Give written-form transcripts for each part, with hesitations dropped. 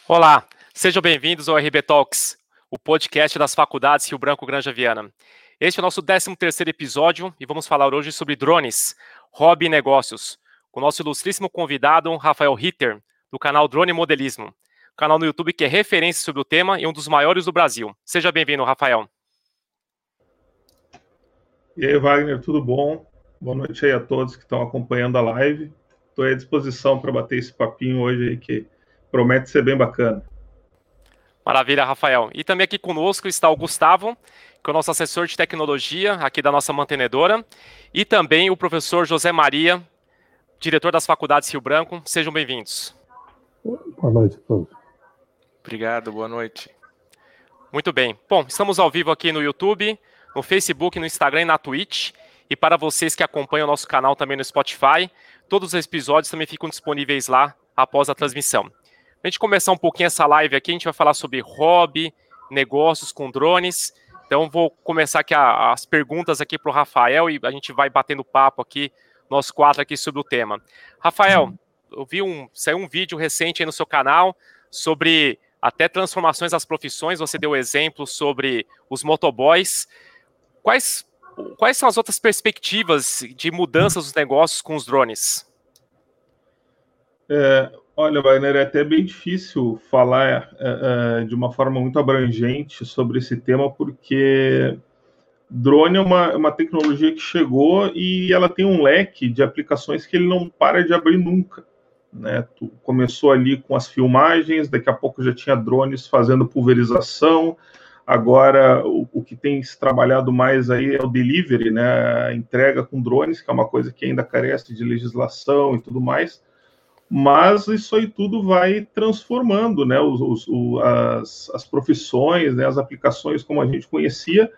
Olá, sejam bem-vindos ao RB Talks, o podcast das faculdades Rio Branco Granja Viana. Este é o nosso 13º episódio e vamos falar hoje sobre drones, hobby e negócios, com o nosso ilustríssimo convidado, Rafael Ritter, do canal Drone Modelismo, canal no YouTube que é referência sobre o tema e um dos maiores do Brasil. Seja bem-vindo, Rafael. E aí, Wagner, tudo bom? Boa noite aí a todos que estão acompanhando a live. Estou à disposição para bater esse papinho hoje aí que promete ser bem bacana. Maravilha, Rafael. E também aqui conosco está o Gustavo, que é o nosso assessor de tecnologia aqui da nossa mantenedora, e também o professor José Maria, diretor das faculdades Rio Branco. Sejam bem-vindos. Boa noite a todos. Obrigado, boa noite. Muito bem. Bom, estamos ao vivo aqui no YouTube, no Facebook, no Instagram e na Twitch. E para vocês que acompanham o nosso canal também no Spotify, todos os episódios também ficam disponíveis lá após a transmissão. Para a gente começar um pouquinho essa live aqui, a gente vai falar sobre hobby, negócios com drones. Então, vou começar aqui as perguntas aqui para o Rafael e a gente vai batendo papo aqui, nós quatro aqui sobre o tema. Rafael, eu vi saiu um vídeo recente aí no seu canal sobre até transformações das profissões. Você deu exemplo sobre os motoboys. Quais são as outras perspectivas de mudanças dos negócios com os drones? Olha, Wagner, é até bem difícil falar de uma forma muito abrangente sobre esse tema, porque drone é uma tecnologia que chegou e ela tem um leque de aplicações que ele não para de abrir nunca, né? Tu começou ali com as filmagens, daqui a pouco já tinha drones fazendo pulverização. Agora, o que tem se trabalhado mais aí é o delivery, né? A entrega com drones, que é uma coisa que ainda carece de legislação e tudo mais. Mas isso aí tudo vai transformando, né? As profissões, né? As aplicações como a gente conhecia.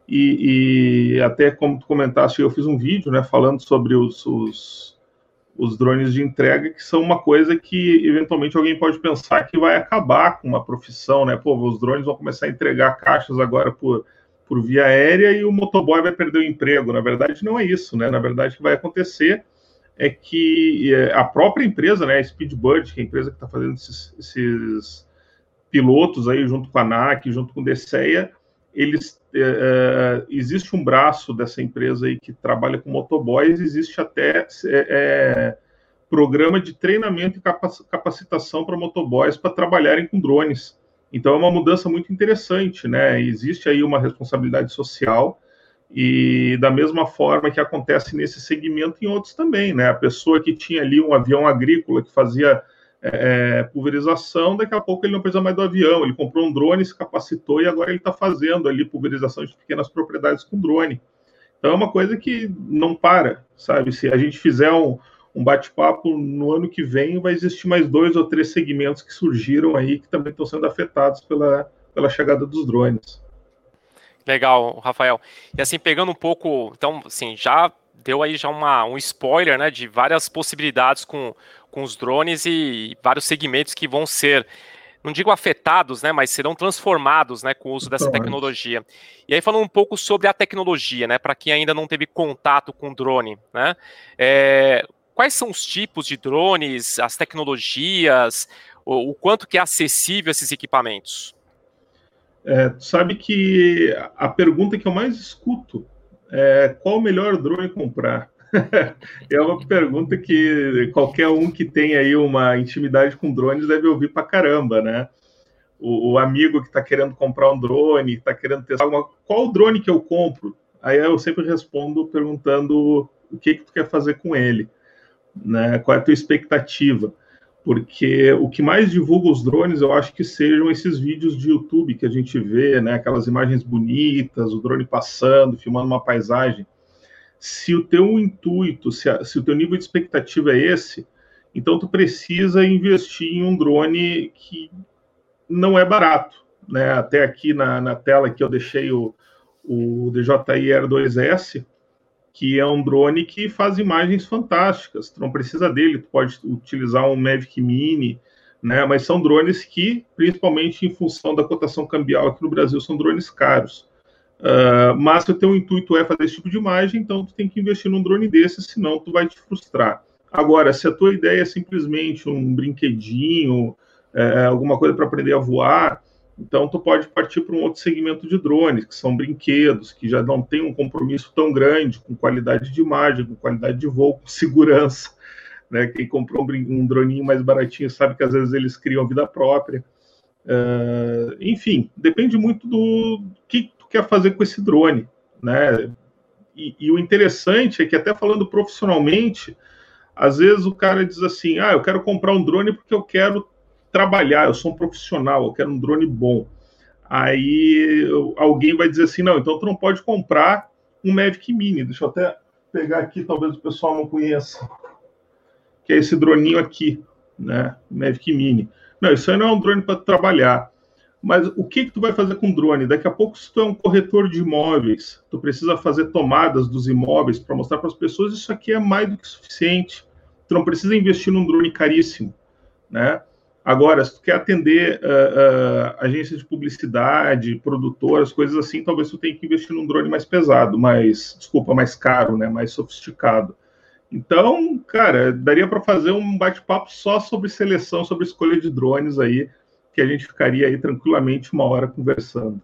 E até como tu comentaste, eu fiz um vídeo, né? Falando sobre os drones de entrega, que são uma coisa que eventualmente alguém pode pensar que vai acabar com uma profissão, né? Pô, os drones vão começar a entregar caixas agora por via aérea e o motoboy vai perder o emprego. Na verdade, não é isso, né? Na verdade, o que vai acontecer é que a própria empresa, né, a Speedbird, que é a empresa que está fazendo esses pilotos aí junto com a ANAC, junto com o DSEA, existe um braço dessa empresa aí que trabalha com motoboys, existe até programa de treinamento e capacitação para motoboys para trabalharem com drones. Então é uma mudança muito interessante, né? Existe aí uma responsabilidade social e da mesma forma que acontece nesse segmento em outros também, né? A pessoa que tinha ali um avião agrícola que fazia pulverização, daqui a pouco ele não precisa mais do avião, ele comprou um drone, se capacitou e agora ele está fazendo ali pulverização de pequenas propriedades com drone. Então é uma coisa que não para, sabe? Se a gente fizer um bate-papo no ano que vem, vai existir mais 2 ou 3 segmentos que surgiram aí que também estão sendo afetados pela chegada dos drones. Legal, Rafael. E assim, pegando um pouco, então, assim, já deu aí um spoiler, né, de várias possibilidades com os drones e vários segmentos que vão ser, não digo afetados, né, mas serão transformados, né, com o uso dessa tecnologia. E aí, falando um pouco sobre a tecnologia, né, para quem ainda não teve contato com drone, né, quais são os tipos de drones, as tecnologias, o quanto que é acessível esses equipamentos? Sabe que a pergunta que eu mais escuto é qual o melhor drone comprar? É uma pergunta que qualquer um que tem aí uma intimidade com drones deve ouvir pra caramba, né? O amigo que está querendo comprar um drone, está querendo testar qual drone que eu compro? Aí eu sempre respondo perguntando o que tu quer fazer com ele, né? Qual é a tua expectativa? Porque o que mais divulga os drones, eu acho que sejam esses vídeos de YouTube que a gente vê, né? Aquelas imagens bonitas, o drone passando, filmando uma paisagem. Se o teu intuito, se o teu nível de expectativa é esse, então tu precisa investir em um drone que não é barato, né? Até aqui na tela que eu deixei o DJI Air 2S, que é um drone que faz imagens fantásticas. Tu não precisa dele, tu pode utilizar um Mavic Mini, né? Mas são drones que, principalmente em função da cotação cambial aqui no Brasil, são drones caros. Mas se o teu intuito é fazer esse tipo de imagem, então tu tem que investir num drone desse, senão tu vai te frustrar. Agora, se a tua ideia é simplesmente um brinquedinho, alguma coisa para aprender a voar, então tu pode partir para um outro segmento de drones, que são brinquedos, que já não tem um compromisso tão grande com qualidade de imagem, com qualidade de voo, com segurança, né? Quem comprou um droninho mais baratinho sabe que às vezes eles criam vida própria. Enfim, depende muito do que tu quer fazer com esse drone, né? E o interessante é que, até falando profissionalmente, às vezes o cara diz assim, eu quero comprar um drone porque eu quero trabalhar, eu sou um profissional, eu quero um drone bom. Aí alguém vai dizer assim, não, então tu não pode comprar um Mavic Mini. Deixa eu até pegar aqui, talvez o pessoal não conheça, que é esse droninho aqui, né? Mavic Mini. Não, isso aí não é um drone para trabalhar. Mas o que tu vai fazer com drone? Daqui a pouco, se tu é um corretor de imóveis, tu precisa fazer tomadas dos imóveis para mostrar para as pessoas, isso aqui é mais do que suficiente. Tu não precisa investir num drone caríssimo, né? Agora, se tu quer atender agências de publicidade, produtoras, coisas assim, talvez tu tenha que investir num drone mais pesado, mais caro, né? Mais sofisticado. Então, cara, daria para fazer um bate-papo só sobre seleção, sobre escolha de drones aí, que a gente ficaria aí tranquilamente 1 hora conversando.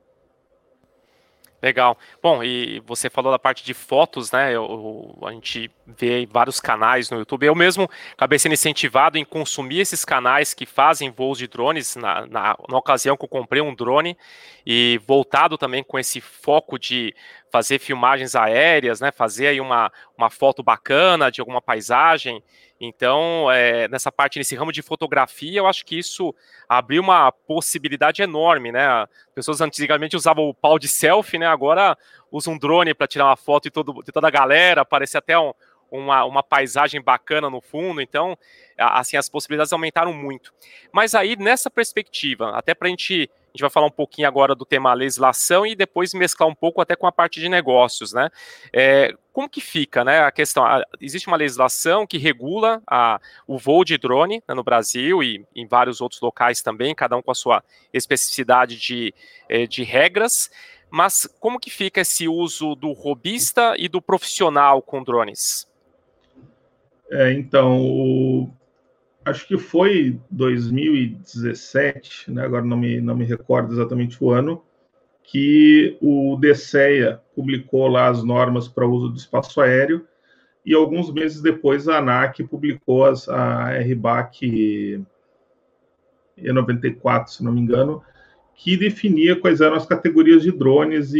Legal. Bom, e você falou da parte de fotos, né? A gente vê vários canais no YouTube. Eu mesmo acabei sendo incentivado em consumir esses canais que fazem voos de drones. Na ocasião que eu comprei um drone, e voltado também com esse foco de fazer filmagens aéreas, né? Fazer aí uma foto bacana de alguma paisagem. Então, nessa parte, nesse ramo de fotografia, eu acho que isso abriu uma possibilidade enorme, né? As pessoas antigamente usavam o pau de selfie, né? Agora usam um drone para tirar uma foto de toda a galera, parece até uma paisagem bacana no fundo. Então, assim, as possibilidades aumentaram muito. Mas aí, nessa perspectiva, até para a gente vai falar um pouquinho agora do tema legislação e depois mesclar um pouco até com a parte de negócios, né? Como que fica, né, a questão? Existe uma legislação que regula o voo de drone, né, no Brasil e em vários outros locais também, cada um com a sua especificidade de regras, mas como que fica esse uso do hobbyista e do profissional com drones? Então, acho que foi 2017, né, agora não me recordo exatamente o ano, que o DCEA publicou lá as normas para o uso do espaço aéreo, e alguns meses depois a ANAC publicou a RBAC E94, se não me engano, que definia quais eram as categorias de drones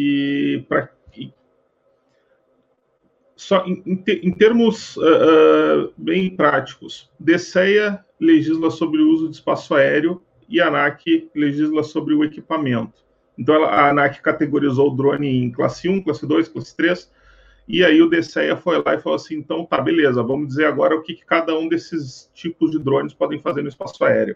só em termos bem práticos. DCEA legisla sobre o uso de espaço aéreo e a ANAC legisla sobre o equipamento. Então, a ANAC categorizou o drone em classe 1, classe 2, classe 3, e aí o DCEA foi lá e falou assim, então tá, beleza, vamos dizer agora o que cada um desses tipos de drones podem fazer no espaço aéreo.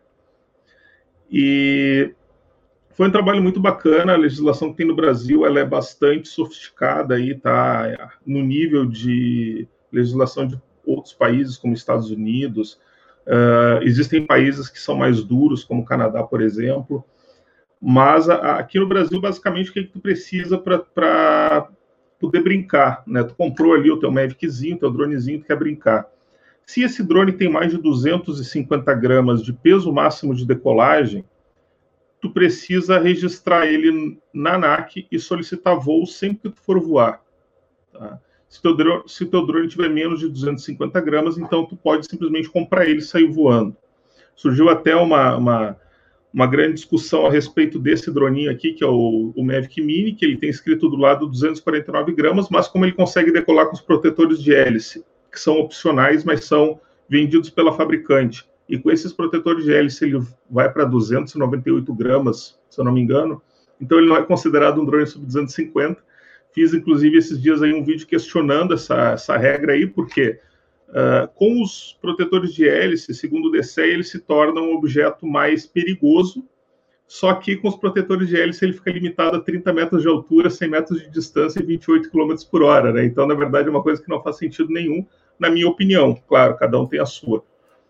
E foi um trabalho muito bacana. A legislação que tem no Brasil, ela é bastante sofisticada, aí tá no nível de legislação de outros países, como Estados Unidos. Existem países que são mais duros, como o Canadá, por exemplo. Mas aqui no Brasil, basicamente, o que tu precisa para poder brincar, né? Tu comprou ali o teu Maviczinho, teu dronezinho, tu quer brincar. Se esse drone tem mais de 250 gramas de peso máximo de decolagem, tu precisa registrar ele na ANAC e solicitar voo sempre que tu for voar. Tá? Se o teu drone tiver menos de 250 gramas, então tu pode simplesmente comprar ele e sair voando. Surgiu até uma grande discussão a respeito desse droninho aqui, que é o Mavic Mini, que ele tem escrito do lado 249 gramas, mas como ele consegue decolar com os protetores de hélice, que são opcionais, mas são vendidos pela fabricante. E com esses protetores de hélice ele vai para 298 gramas, se eu não me engano. Então ele não é considerado um drone sub 250. Fiz, inclusive, esses dias aí um vídeo questionando essa regra aí, porque com os protetores de hélice, segundo o DCEA, ele se torna um objeto mais perigoso, só que com os protetores de hélice ele fica limitado a 30 metros de altura, 100 metros de distância e 28 km por hora, né? Então, na verdade, é uma coisa que não faz sentido nenhum, na minha opinião. Claro, cada um tem a sua.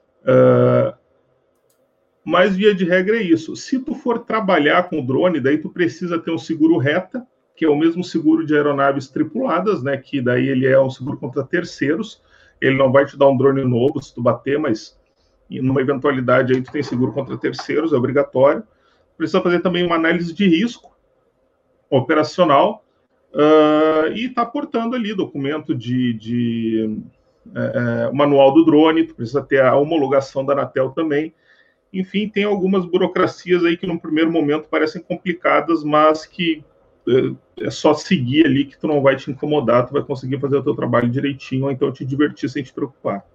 Mas, via de regra, é isso. Se tu for trabalhar com drone, daí tu precisa ter um seguro reta, que é o mesmo seguro de aeronaves tripuladas, né? Que daí ele é um seguro contra terceiros. Ele não vai te dar um drone novo se tu bater, mas e numa eventualidade aí tu tem seguro contra terceiros, é obrigatório. Precisa fazer também uma análise de risco operacional e está aportando ali documento o manual do drone, tu precisa ter a homologação da Anatel também. Enfim, tem algumas burocracias aí que no primeiro momento parecem complicadas, mas que é só seguir ali que tu não vai te incomodar, tu vai conseguir fazer o teu trabalho direitinho, ou então te divertir sem te preocupar.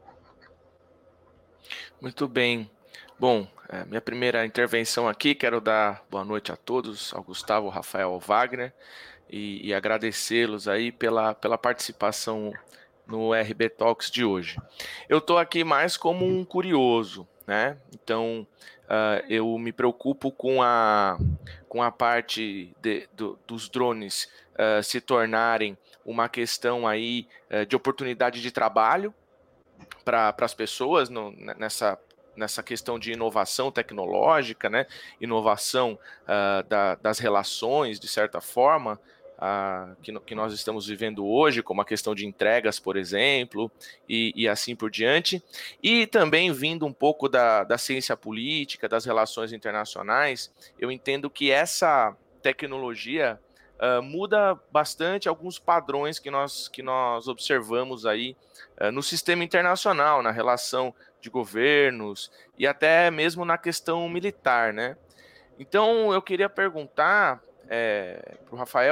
Muito bem. Bom, minha primeira intervenção aqui, quero dar boa noite a todos, ao Gustavo, ao Rafael, ao Wagner, e agradecê-los aí pela participação no RB Talks de hoje. Eu estou aqui mais como um curioso, né? Então, eu me preocupo com a parte dos drones se tornarem uma questão aí de oportunidade de trabalho para as pessoas nessa questão de inovação tecnológica, né? Inovação das relações, de certa forma, que nós estamos vivendo hoje, como a questão de entregas, por exemplo, e assim por diante. E também vindo um pouco da ciência política, das relações internacionais, eu entendo que essa tecnologia muda bastante alguns padrões que nós observamos aí no sistema internacional, na relação de governos e até mesmo na questão militar, né? Então, eu queria perguntar para o Rafael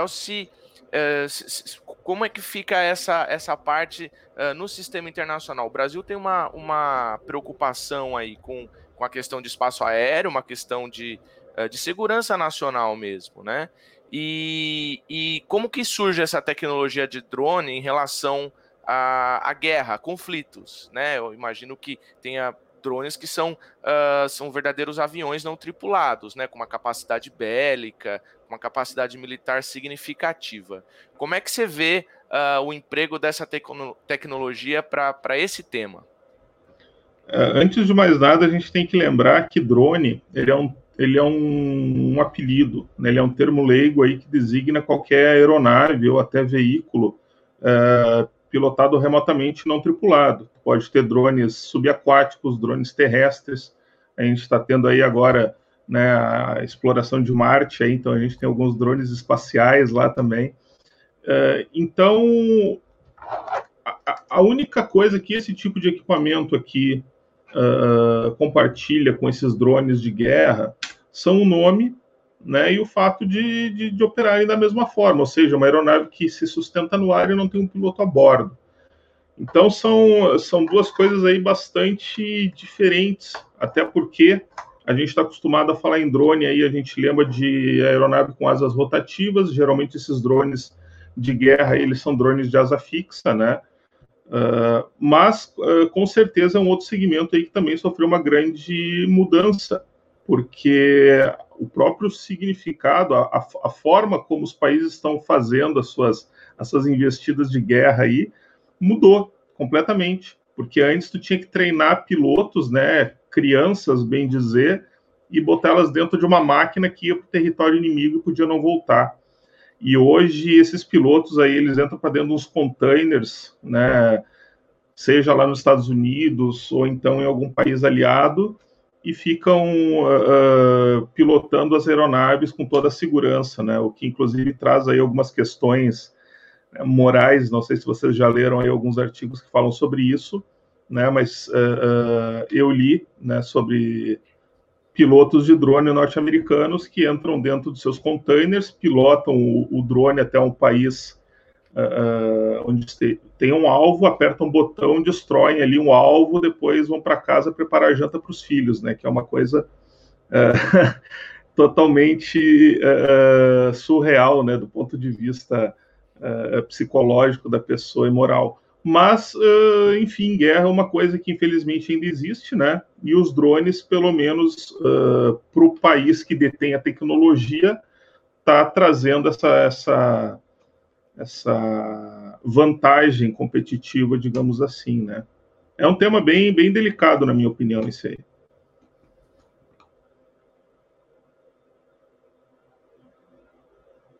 como é que fica essa parte no sistema internacional. O Brasil tem uma preocupação aí com a questão de espaço aéreo, uma questão de segurança nacional mesmo, né? E como que surge essa tecnologia de drone em relação à guerra, a conflitos, né? Eu imagino que tenha drones que são verdadeiros aviões não tripulados, né? Com uma capacidade bélica, uma capacidade militar significativa. Como é que você vê o emprego dessa tecnologia para esse tema? Antes de mais nada, a gente tem que lembrar que drone ele é um apelido, né? Ele é um termo leigo aí que designa qualquer aeronave ou até veículo pilotado remotamente não tripulado. Pode ter drones subaquáticos, drones terrestres. A gente está tendo aí agora, né, a exploração de Marte, aí, então a gente tem alguns drones espaciais lá também. Então, a única coisa que esse tipo de equipamento aqui compartilha com esses drones de guerra são o nome, né, e o fato de operarem da mesma forma, ou seja, uma aeronave que se sustenta no ar e não tem um piloto a bordo. Então são duas coisas aí bastante diferentes, até porque a gente está acostumado a falar em drone, aí a gente lembra de aeronave com asas rotativas, geralmente esses drones de guerra, eles são drones de asa fixa, né? Mas com certeza é um outro segmento aí que também sofreu uma grande mudança, porque o próprio significado, a forma como os países estão fazendo as suas investidas de guerra aí, mudou completamente, porque antes tu tinha que treinar pilotos, né, crianças, bem dizer, e botá-las dentro de uma máquina que ia para o território inimigo e podia não voltar. E hoje esses pilotos aí, eles entram para dentro de uns containers, né, seja lá nos Estados Unidos ou então em algum país aliado, e ficam pilotando as aeronaves com toda a segurança, né, o que inclusive traz aí algumas questões morais. Não sei se vocês já leram aí alguns artigos que falam sobre isso, né, mas eu li, né, sobre pilotos de drone norte-americanos que entram dentro de seus containers, pilotam o drone até um país onde tem um alvo, apertam um botão, destroem ali um alvo, depois vão para casa preparar janta para os filhos, né, que é uma coisa totalmente surreal, né, do ponto de vista psicológico da pessoa e moral. Mas, enfim, guerra é uma coisa que infelizmente ainda existe, né? E os drones, pelo menos para o país que detém a tecnologia, está trazendo essa vantagem competitiva, digamos assim, né? É um tema bem, bem delicado, na minha opinião, isso aí.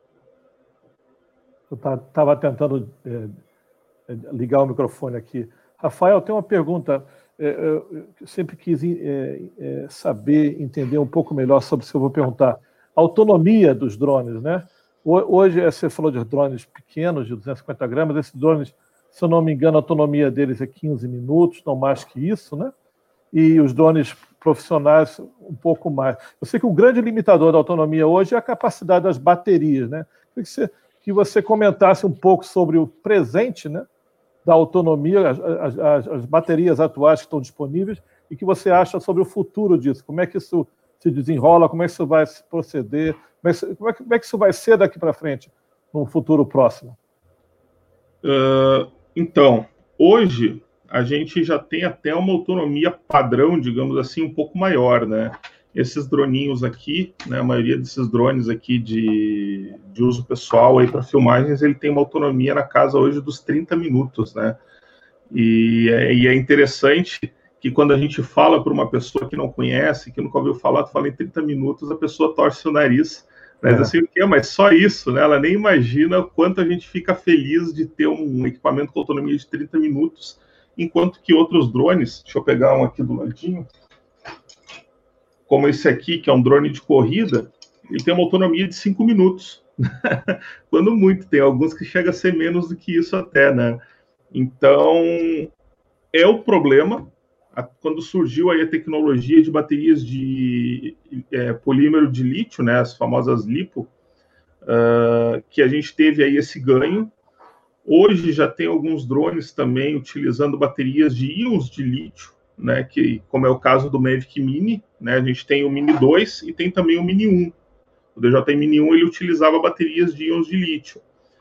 Eu estava tentando ligar o microfone aqui. Rafael, tem uma pergunta. Eu sempre quis saber, entender um pouco melhor sobre o que eu vou perguntar. A autonomia dos drones, né? Hoje, você falou de drones pequenos, de 250 gramas. Esses drones, se eu não me engano, a autonomia deles é 15 minutos, não mais que isso, né? E os drones profissionais um pouco mais. Eu sei que o grande limitador da autonomia hoje é a capacidade das baterias, né? Queria que você comentasse um pouco sobre o presente, né, da autonomia, as baterias atuais que estão disponíveis, e o que você acha sobre o futuro disso. Como é que isso se desenrola, como é que isso vai se proceder, como é que isso vai ser daqui para frente, no futuro próximo? Então, hoje a gente já tem até uma autonomia padrão, digamos assim, um pouco maior, né? Esses droninhos aqui, né, a maioria desses drones aqui de uso pessoal aí para filmagens, ele tem uma autonomia na casa hoje dos 30 minutos, né? E é interessante que quando a gente fala para uma pessoa que não conhece, que nunca ouviu falar, tu fala em 30 minutos, a pessoa torce o nariz, né? Diz assim, o quê? Mas só isso, né? Ela nem imagina o quanto a gente fica feliz de ter um equipamento com autonomia de 30 minutos, enquanto que outros drones, deixa eu pegar um aqui do ladinho, como esse aqui, que é um drone de corrida, ele tem uma autonomia de 5 minutos. Quando muito, tem alguns que chega a ser menos do que isso até, né? Então, é o problema. Quando surgiu aí a tecnologia de baterias de polímero de lítio, né, as famosas LiPo, que a gente teve aí esse ganho. Hoje já tem alguns drones também utilizando baterias de íons de lítio, né, que, como é o caso do Mavic Mini, né, a gente tem o Mini 2 e tem também o Mini 1. O DJI Mini 1 ele utilizava baterias de íons de lítio.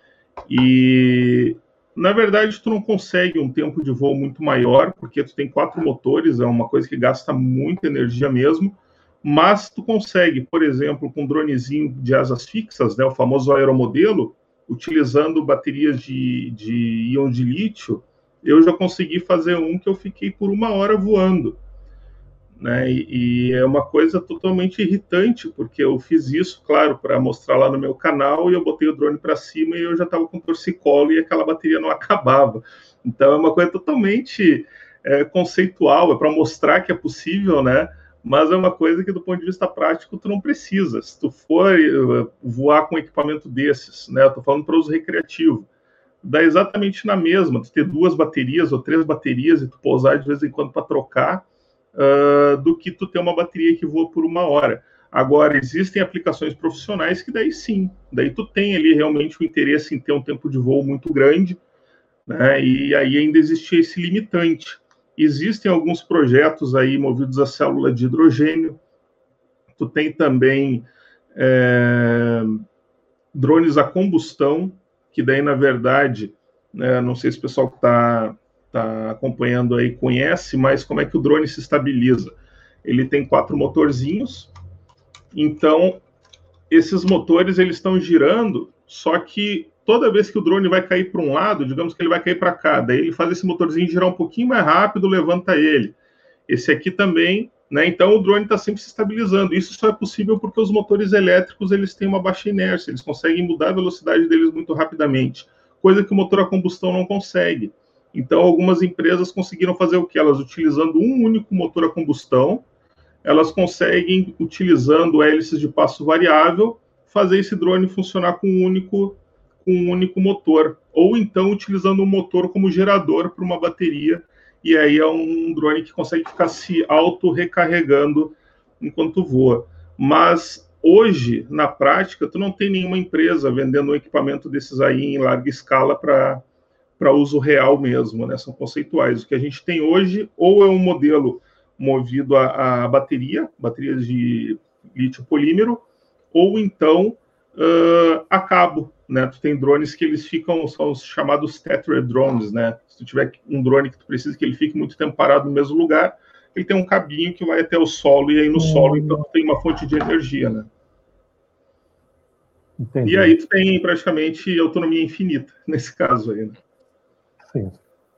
E, na verdade, tu não consegue um tempo de voo muito maior, porque tu tem 4 motores, é uma coisa que gasta muita energia mesmo, mas tu consegue, por exemplo, com um dronezinho de asas fixas, né, o famoso aeromodelo, utilizando baterias de íons de lítio, eu já consegui fazer um que eu fiquei por 1 hora voando, né? E é uma coisa totalmente irritante, porque eu fiz isso, claro, para mostrar lá no meu canal, e eu botei o drone para cima e eu já estava com torcicolo e aquela bateria não acabava. Então é uma coisa totalmente conceitual, é para mostrar que é possível, né? Mas é uma coisa que, do ponto de vista prático, tu não precisa. Se tu for voar com um equipamento desses, né? Eu tô falando para uso recreativo, dá exatamente na mesma, tu ter 2 baterias ou 3 baterias e tu pousar de vez em quando para trocar, do que tu ter uma bateria que voa por 1 hora. Agora, existem aplicações profissionais que daí sim, daí tu tem ali realmente o interesse em ter um tempo de voo muito grande, né? E aí ainda existe esse limitante. Existem alguns projetos aí movidos a célula de hidrogênio, tu tem também drones a combustão, que daí, na verdade, né, não sei se o pessoal que está acompanhando aí conhece, mas como é que o drone se estabiliza? Ele tem 4 motorzinhos, então esses motores eles estão girando, só que toda vez que o drone vai cair para um lado, digamos que ele vai cair para cá, daí ele faz esse motorzinho girar um pouquinho mais rápido, levanta ele. Esse aqui também, né? Então o drone está sempre se estabilizando. Isso só é possível porque os motores elétricos eles têm uma baixa inércia, eles conseguem mudar a velocidade deles muito rapidamente, coisa que o motor a combustão não consegue. Então algumas empresas conseguiram fazer o que? Elas, utilizando um único motor a combustão, elas conseguem, utilizando hélices de passo variável, fazer esse drone funcionar com um único motor, ou então utilizando um motor como gerador para uma bateria, e aí é um drone que consegue ficar se auto-recarregando enquanto voa. Mas hoje, na prática, tu não tem nenhuma empresa vendendo um equipamento desses aí em larga escala para uso real mesmo, né? São conceituais. O que a gente tem hoje, ou é um modelo movido a baterias de lítio polímero, ou então a cabo, né? Tu tem drones que eles ficam, são os chamados tethered drones, né? Se tu tiver um drone que tu precisa que ele fique muito tempo parado no mesmo lugar, ele tem um cabinho que vai até o solo, e aí no solo, então, tu tem uma fonte de energia, né? Entendi. E aí tu tem praticamente autonomia infinita, nesse caso aí, né? Sim.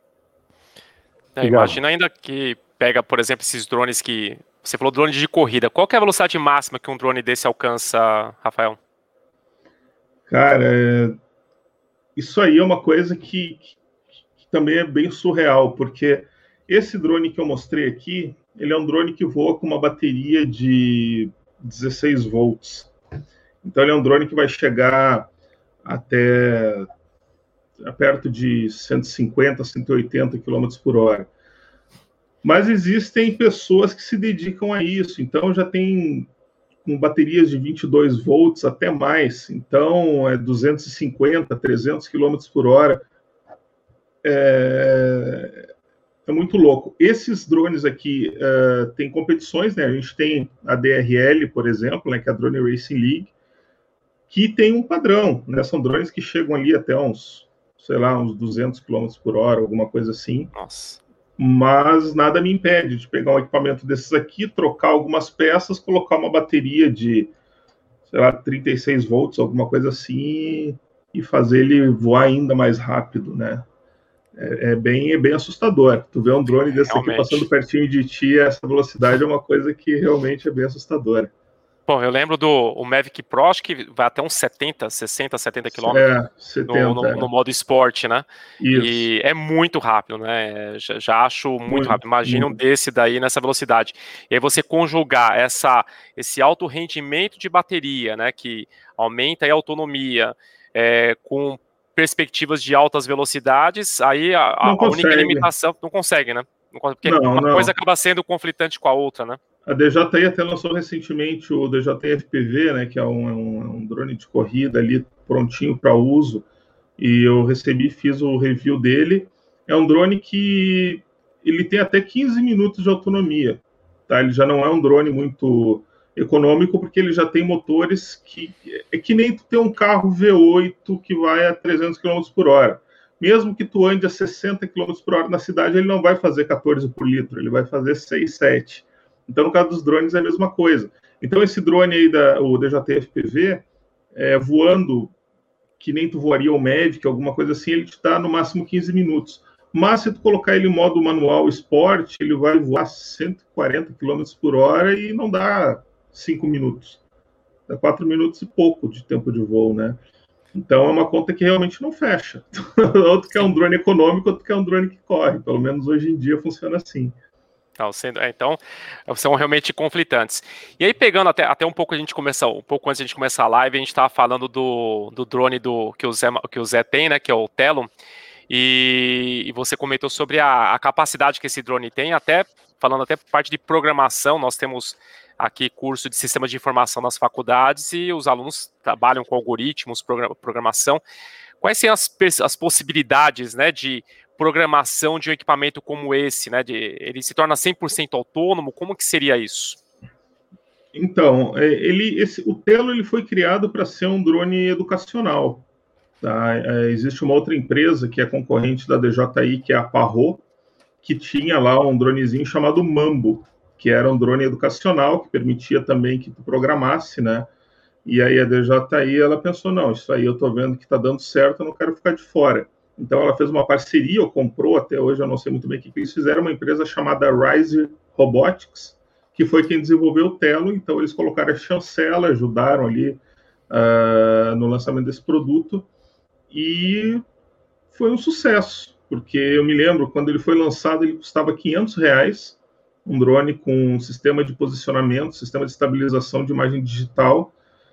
Imagina ainda que pega, por exemplo, esses drones que... Você falou drone de corrida. Qual que é a velocidade máxima que um drone desse alcança, Rafael? Cara, isso aí é uma coisa que também é bem surreal, porque esse drone que eu mostrei aqui, ele é um drone que voa com uma bateria de 16 volts. Então ele é um drone que vai chegar até perto de 150, 180 km por hora. Mas existem pessoas que se dedicam a isso, então já tem com baterias de 22 volts até mais, então é 250, 300 km por hora. É muito louco. Esses drones aqui tem competições, né? A gente tem a DRL, por exemplo, né, que é a Drone Racing League, que tem um padrão, né? São drones que chegam ali até uns 200 km por hora, alguma coisa assim. Nossa. Mas nada me impede de pegar um equipamento desses aqui, trocar algumas peças, colocar uma bateria de, 36 volts, alguma coisa assim, e fazer ele voar ainda mais rápido, né? É bem assustador. Tu vê um drone desse aqui passando pertinho de ti, essa velocidade é uma coisa que realmente é bem assustadora. Bom, eu lembro do Mavic Pro, acho que vai até uns 60 km 70, no modo esporte, né? Isso. E é muito rápido, né? Já acho muito rápido. Imagina um desse daí nessa velocidade. E aí você conjugar esse alto rendimento de bateria, né? Que aumenta a autonomia, com perspectivas de altas velocidades, aí a única limitação não consegue, né? Porque uma coisa acaba sendo conflitante com a outra, né? A DJI até lançou recentemente o DJI FPV, né, que é um drone de corrida ali prontinho para uso, e eu fiz o review dele. É um drone que ele tem até 15 minutos de autonomia, tá? Ele já não é um drone muito econômico, porque ele já tem motores que é que nem tu ter um carro V8 que vai a 300 km por hora. Mesmo que tu ande a 60 km por hora na cidade, ele não vai fazer 14 por litro, ele vai fazer 6, 7. Então, no caso dos drones, é a mesma coisa. Então, esse drone aí, o DJI FPV, voando, que nem tu voaria o Mavic, alguma coisa assim, ele te dá no máximo 15 minutos. Mas, se tu colocar ele em modo manual esporte, ele vai voar 140 km por hora e não dá 5 minutos. Dá 4 minutos e pouco de tempo de voo, né? Então, é uma conta que realmente não fecha. Outro que é um drone econômico, outro que é um drone que corre. Pelo menos hoje em dia funciona assim. Então, são realmente conflitantes. E aí, pegando até um pouco um pouco antes de a gente começar a live, a gente estava falando do drone que o Zé tem, né, que é o Telum, e você comentou sobre a capacidade que esse drone tem, falando até parte de programação. Nós temos aqui curso de sistema de informação nas faculdades e os alunos trabalham com algoritmos, programação. Quais são as possibilidades, né, de programação de um equipamento como esse, né? Ele se torna 100% autônomo? Como que seria isso? Então, o Telum ele foi criado para ser um drone educacional. Tá? Existe uma outra empresa que é concorrente da DJI, que é a Parrot, que tinha lá um dronezinho chamado Mambo, que era um drone educacional, que permitia também que tu programasse, né? E aí a DJI, ela pensou, não, isso aí eu estou vendo que está dando certo, eu não quero ficar de fora. Então, ela fez uma parceria, ou comprou, até hoje eu não sei muito bem o que eles fizeram, uma empresa chamada Rise Robotics, que foi quem desenvolveu o Telum. Então, eles colocaram a chancela, ajudaram ali no lançamento desse produto, e foi um sucesso, porque eu me lembro, quando ele foi lançado, ele custava R$500, um drone com um sistema de posicionamento, sistema de estabilização de imagem digital,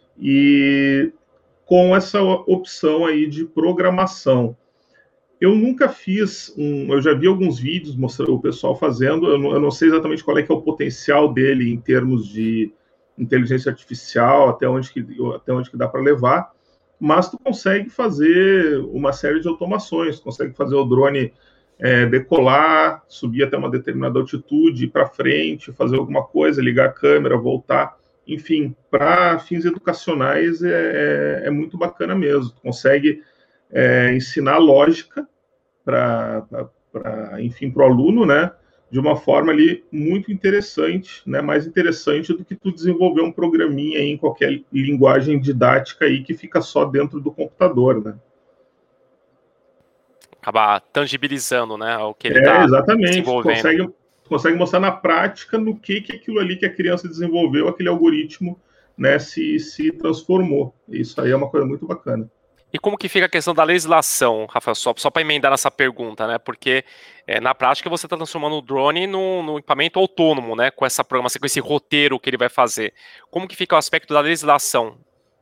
e com essa opção aí de programação. Eu nunca fiz eu já vi alguns vídeos mostrando o pessoal fazendo, eu não sei exatamente qual é que é o potencial dele em termos de inteligência artificial, até onde que dá para levar, mas tu consegue fazer uma série de automações, consegue fazer o drone decolar, subir até uma determinada altitude, ir para frente, fazer alguma coisa, ligar a câmera, voltar, enfim, para fins educacionais é muito bacana mesmo, tu consegue ensinar lógica para o aluno, né, de uma forma ali muito interessante, né, mais interessante do que tu desenvolver um programinha aí em qualquer linguagem didática aí que fica só dentro do computador, né. Acabar tangibilizando, né, o que ele está desenvolvendo. Consegue mostrar na prática no que aquilo ali que a criança desenvolveu, aquele algoritmo, né, se transformou. Isso aí é uma coisa muito bacana. E como que fica a questão da legislação, Rafael, só para emendar nessa pergunta, né? Porque na prática você está transformando o drone num equipamento autônomo, né? Com essa programação, com esse roteiro que ele vai fazer. Como que fica o aspecto da legislação?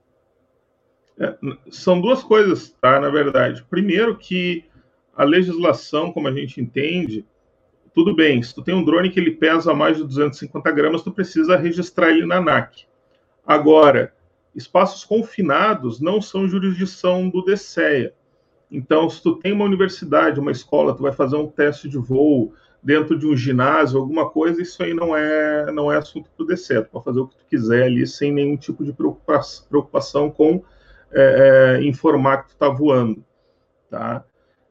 São duas coisas, tá? Na verdade. Primeiro que a legislação, como a gente entende, tudo bem, se tu tem um drone que ele pesa mais de 250 gramas, tu precisa registrar ele na ANAC. Agora, espaços confinados não são jurisdição do DCEA. Então, se tu tem uma universidade, uma escola, tu vai fazer um teste de voo dentro de um ginásio, alguma coisa, isso aí não é assunto para o DCEA. Tu pode fazer o que tu quiser ali, sem nenhum tipo de preocupação com informar que tu está voando. Tá?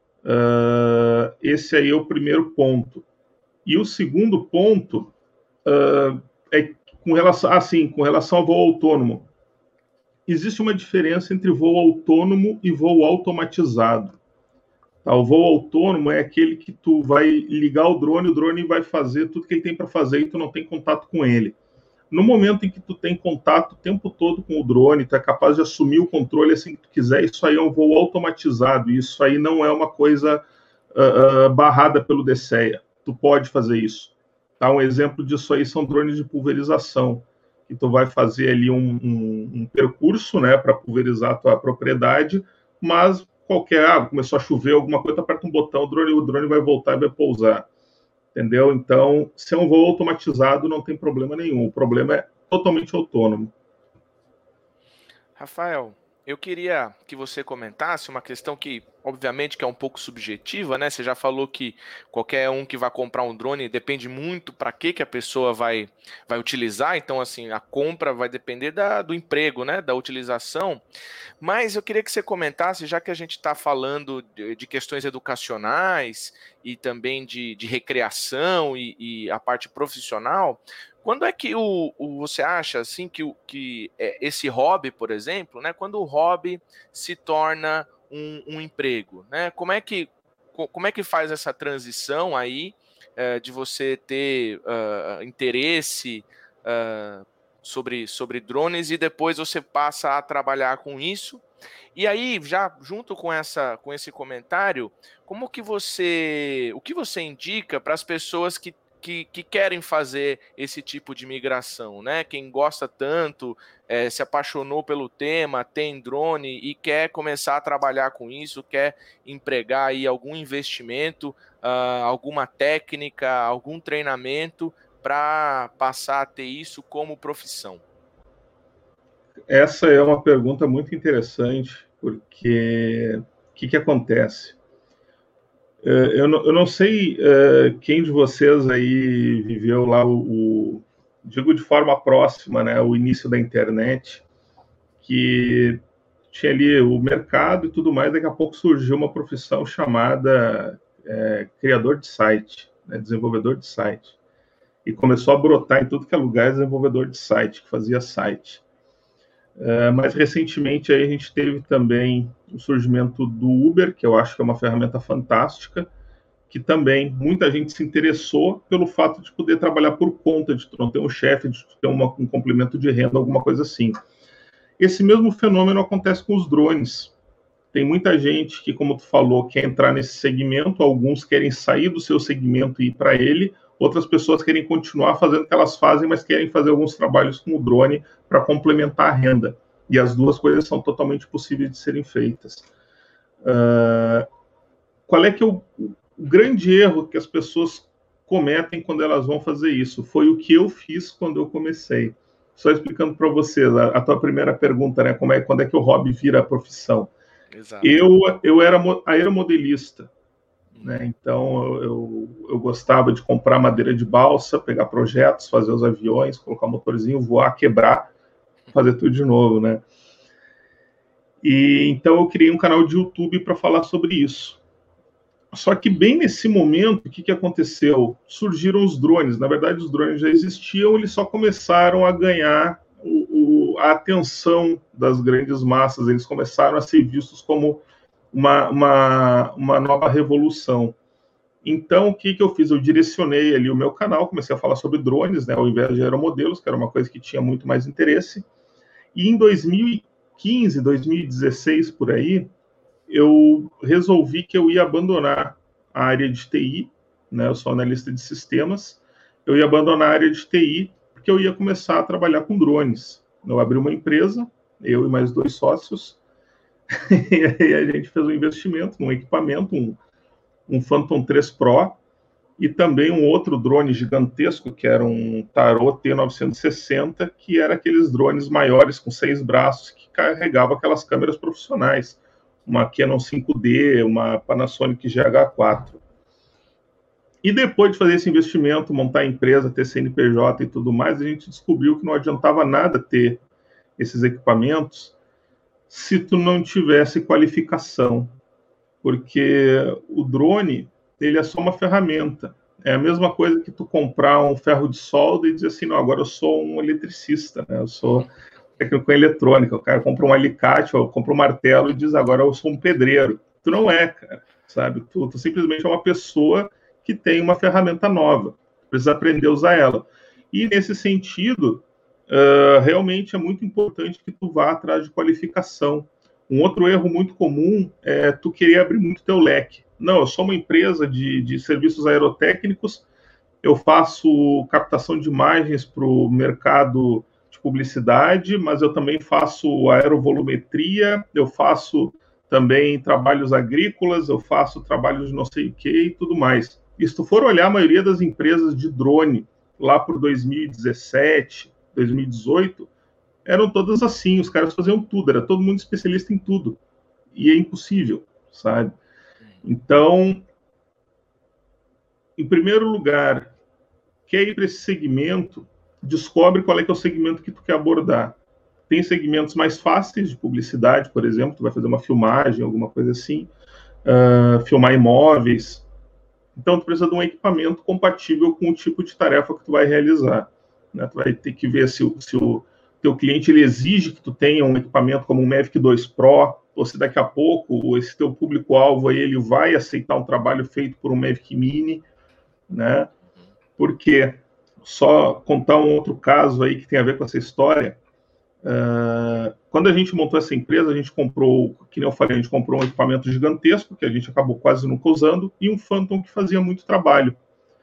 Esse aí é o primeiro ponto. E o segundo ponto é com relação ao voo autônomo. Existe uma diferença entre voo autônomo e voo automatizado. Tá? O voo autônomo é aquele que tu vai ligar o drone vai fazer tudo que ele tem para fazer e tu não tem contato com ele. No momento em que tu tem contato o tempo todo com o drone, tu é capaz de assumir o controle assim que tu quiser, isso aí é um voo automatizado, e isso aí não é uma coisa barrada pelo DCEA. Tu pode fazer isso. Tá? Um exemplo disso aí são drones de pulverização, que tu vai fazer ali um percurso, né, para pulverizar a tua propriedade, mas começou a chover, alguma coisa, tu aperta um botão, o drone vai voltar e vai pousar. Entendeu? Então, se é um voo automatizado, não tem problema nenhum. O problema é totalmente autônomo. Rafael, eu queria que você comentasse uma questão que, obviamente, que é um pouco subjetiva, né? Você já falou que qualquer um que vai comprar um drone depende muito para que a pessoa vai utilizar. Então, assim, a compra vai depender do emprego, né? Da utilização. Mas eu queria que você comentasse, já que a gente está falando de questões educacionais e também de recreação e a parte profissional, quando é que você acha assim que esse hobby, por exemplo, né? Quando o hobby se torna um emprego, né? Como é que faz essa transição aí de você ter interesse sobre drones e depois você passa a trabalhar com isso? E aí, já junto com esse comentário, o que você indica para as pessoas que querem fazer esse tipo de migração, né? Quem gosta tanto, se apaixonou pelo tema, tem drone e quer começar a trabalhar com isso, quer empregar aí algum investimento, alguma técnica, algum treinamento para passar a ter isso como profissão. Essa é uma pergunta muito interessante, porque o que acontece? Eu não sei quem de vocês aí viveu lá digo de forma próxima, né, o início da internet, que tinha ali o mercado e tudo mais, daqui a pouco surgiu uma profissão chamada criador de site, né, desenvolvedor de site. E começou a brotar em tudo que é lugar desenvolvedor de site, que fazia site. Mais recentemente aí a gente teve também o surgimento do Uber, que eu acho que é uma ferramenta fantástica, que também muita gente se interessou pelo fato de poder trabalhar por conta, de não ter um chefe, de ter um complemento de renda, alguma coisa assim. Esse mesmo fenômeno acontece com os drones. Tem muita gente que, como tu falou, quer entrar nesse segmento, alguns querem sair do seu segmento e ir para ele, outras pessoas querem continuar fazendo o que elas fazem, mas querem fazer alguns trabalhos com o drone para complementar a renda. E as duas coisas são totalmente possíveis de serem feitas. Qual é que é o grande erro que as pessoas cometem quando elas vão fazer isso? Foi o que eu fiz quando eu comecei. Só explicando para vocês, a tua primeira pergunta, né? Quando é que o hobby vira a profissão? Exato. Eu era aeromodelista. Né? Então, eu gostava de comprar madeira de balsa, pegar projetos, fazer os aviões, colocar motorzinho, voar, quebrar, fazer tudo de novo, né? E então eu criei um canal de YouTube para falar sobre isso. Só que bem nesse momento, o que aconteceu? Surgiram os drones. Na verdade, os drones já existiam, eles só começaram a ganhar a atenção das grandes massas. Eles começaram a ser vistos como uma nova revolução. Então, o que eu fiz? Eu direcionei ali o meu canal, comecei a falar sobre drones, né, ao invés de aeromodelos, que era uma coisa que tinha muito mais interesse. E em 2015, 2015, 2016, por aí, eu resolvi que eu ia abandonar a área de TI, né? Eu sou analista de sistemas, eu ia abandonar a área de TI porque eu ia começar a trabalhar com drones. Eu abri uma empresa, eu e mais 2 sócios, e aí a gente fez um investimento num equipamento, um Phantom 3 Pro, e também um outro drone gigantesco, que era um Tarot T960, que era aqueles drones maiores com 6 braços, que carregava aquelas câmeras profissionais, uma Canon 5D, uma Panasonic GH4. E depois de fazer esse investimento, montar a empresa, ter CNPJ e tudo mais, a gente descobriu que não adiantava nada ter esses equipamentos se tu não tivesse qualificação, porque o drone, ele é só uma ferramenta. É a mesma coisa que tu comprar um ferro de solda e dizer assim, não, agora eu sou um eletricista, né? Eu sou técnico em eletrônica. O cara compra um alicate, ou compra um martelo e diz, agora eu sou um pedreiro. Tu não é, cara, sabe? Tu simplesmente é uma pessoa que tem uma ferramenta nova. Precisa aprender a usar ela. E, nesse sentido, realmente é muito importante que tu vá atrás de qualificação. Um outro erro muito comum é tu querer abrir muito teu leque. Não, eu sou uma empresa de serviços aerotécnicos, eu faço captação de imagens para o mercado de publicidade, mas eu também faço aerovolumetria, eu faço também trabalhos agrícolas, eu faço trabalhos de não sei o que e tudo mais. E se tu for olhar a maioria das empresas de drone lá por 2017, 2018, eram todas assim, os caras faziam tudo, era todo mundo especialista em tudo. E é impossível, sabe? Então, em primeiro lugar, quer ir para esse segmento, descobre qual é que é o segmento que tu quer abordar. Tem segmentos mais fáceis de publicidade, por exemplo, tu vai fazer uma filmagem, alguma coisa assim, filmar imóveis. Então, tu precisa de um equipamento compatível com o tipo de tarefa que tu vai realizar, né? Tu vai ter que ver se o teu cliente ele exige que tu tenha um equipamento como um Mavic 2 Pro, ou se daqui a pouco esse teu público-alvo aí, ele vai aceitar um trabalho feito por um Mavic Mini, né? Porque, só contar um outro caso aí que tem a ver com essa história, quando a gente montou essa empresa, a gente comprou, que nem eu falei, a gente comprou um equipamento gigantesco, que a gente acabou quase nunca usando, e um Phantom que fazia muito trabalho.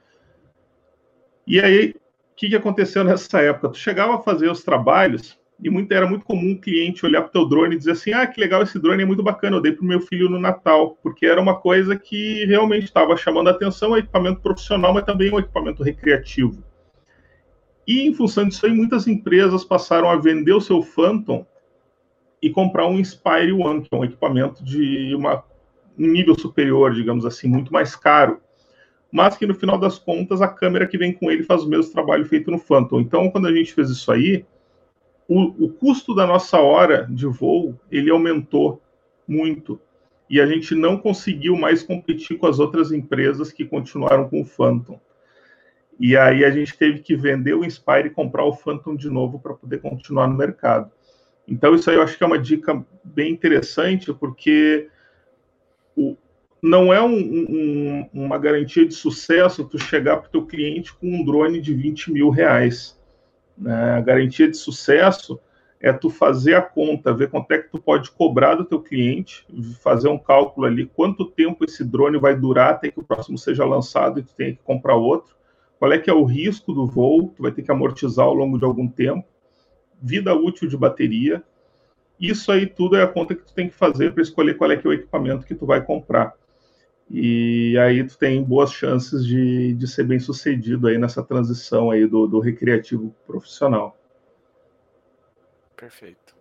E aí, o que aconteceu nessa época? Tu chegava a fazer os trabalhos, e era muito comum o cliente olhar para o teu drone e dizer assim, que legal, esse drone é muito bacana, eu dei para o meu filho no Natal, porque era uma coisa que realmente estava chamando a atenção, um equipamento profissional, mas também um equipamento recreativo. E, em função disso aí, muitas empresas passaram a vender o seu Phantom e comprar um Inspire One, que é um equipamento de um nível superior, digamos assim, muito mais caro, mas que, no final das contas, a câmera que vem com ele faz o mesmo trabalho feito no Phantom. Então, quando a gente fez isso aí, o custo da nossa hora de voo, ele aumentou muito. E a gente não conseguiu mais competir com as outras empresas que continuaram com o Phantom. E aí a gente teve que vender o Inspire e comprar o Phantom de novo para poder continuar no mercado. Então, isso aí eu acho que é uma dica bem interessante, porque não é uma garantia de sucesso tu chegar para o teu cliente com um drone de 20 mil reais. A garantia de sucesso é tu fazer a conta, ver quanto é que tu pode cobrar do teu cliente, fazer um cálculo ali, quanto tempo esse drone vai durar até que o próximo seja lançado e tu tenha que comprar outro, qual é que é o risco do voo, tu vai ter que amortizar ao longo de algum tempo, vida útil de bateria, isso aí tudo é a conta que tu tem que fazer para escolher qual é que é o equipamento que tu vai comprar. E aí tu tem boas chances de ser bem sucedido aí nessa transição aí do recreativo profissional. Perfeito.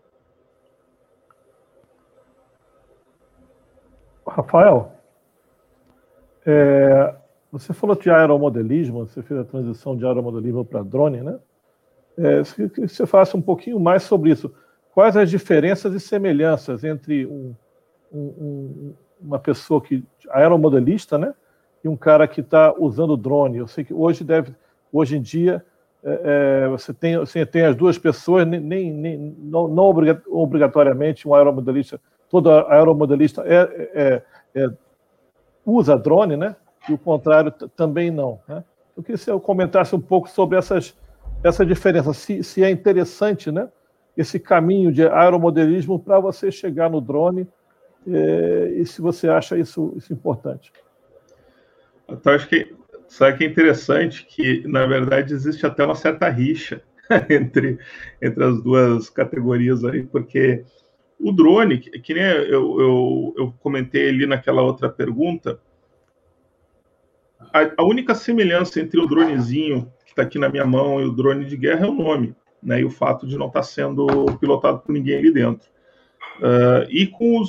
Rafael, você falou de aeromodelismo, você fez a transição de aeromodelismo para drone, né? Que você falasse um pouquinho mais sobre isso. Quais as diferenças e semelhanças entre uma pessoa aeromodelista, né, e um cara que está usando drone? Eu sei que hoje em dia você tem as duas pessoas, não obrigatoriamente um aeromodelista, todo aeromodelista usa drone, né? E o contrário também não, né? Eu queria que você comentasse um pouco sobre essa diferença, se é interessante, né? esse caminho de aeromodelismo para você chegar no drone, e se você acha isso importante. Então, acho que sabe que é interessante que, na verdade, existe até uma certa rixa entre as duas categorias aí, porque o drone, que nem eu comentei ali naquela outra pergunta, a única semelhança entre o dronezinho que está aqui na minha mão e o drone de guerra é o nome, né, e o fato de não estar sendo pilotado por ninguém ali dentro. E com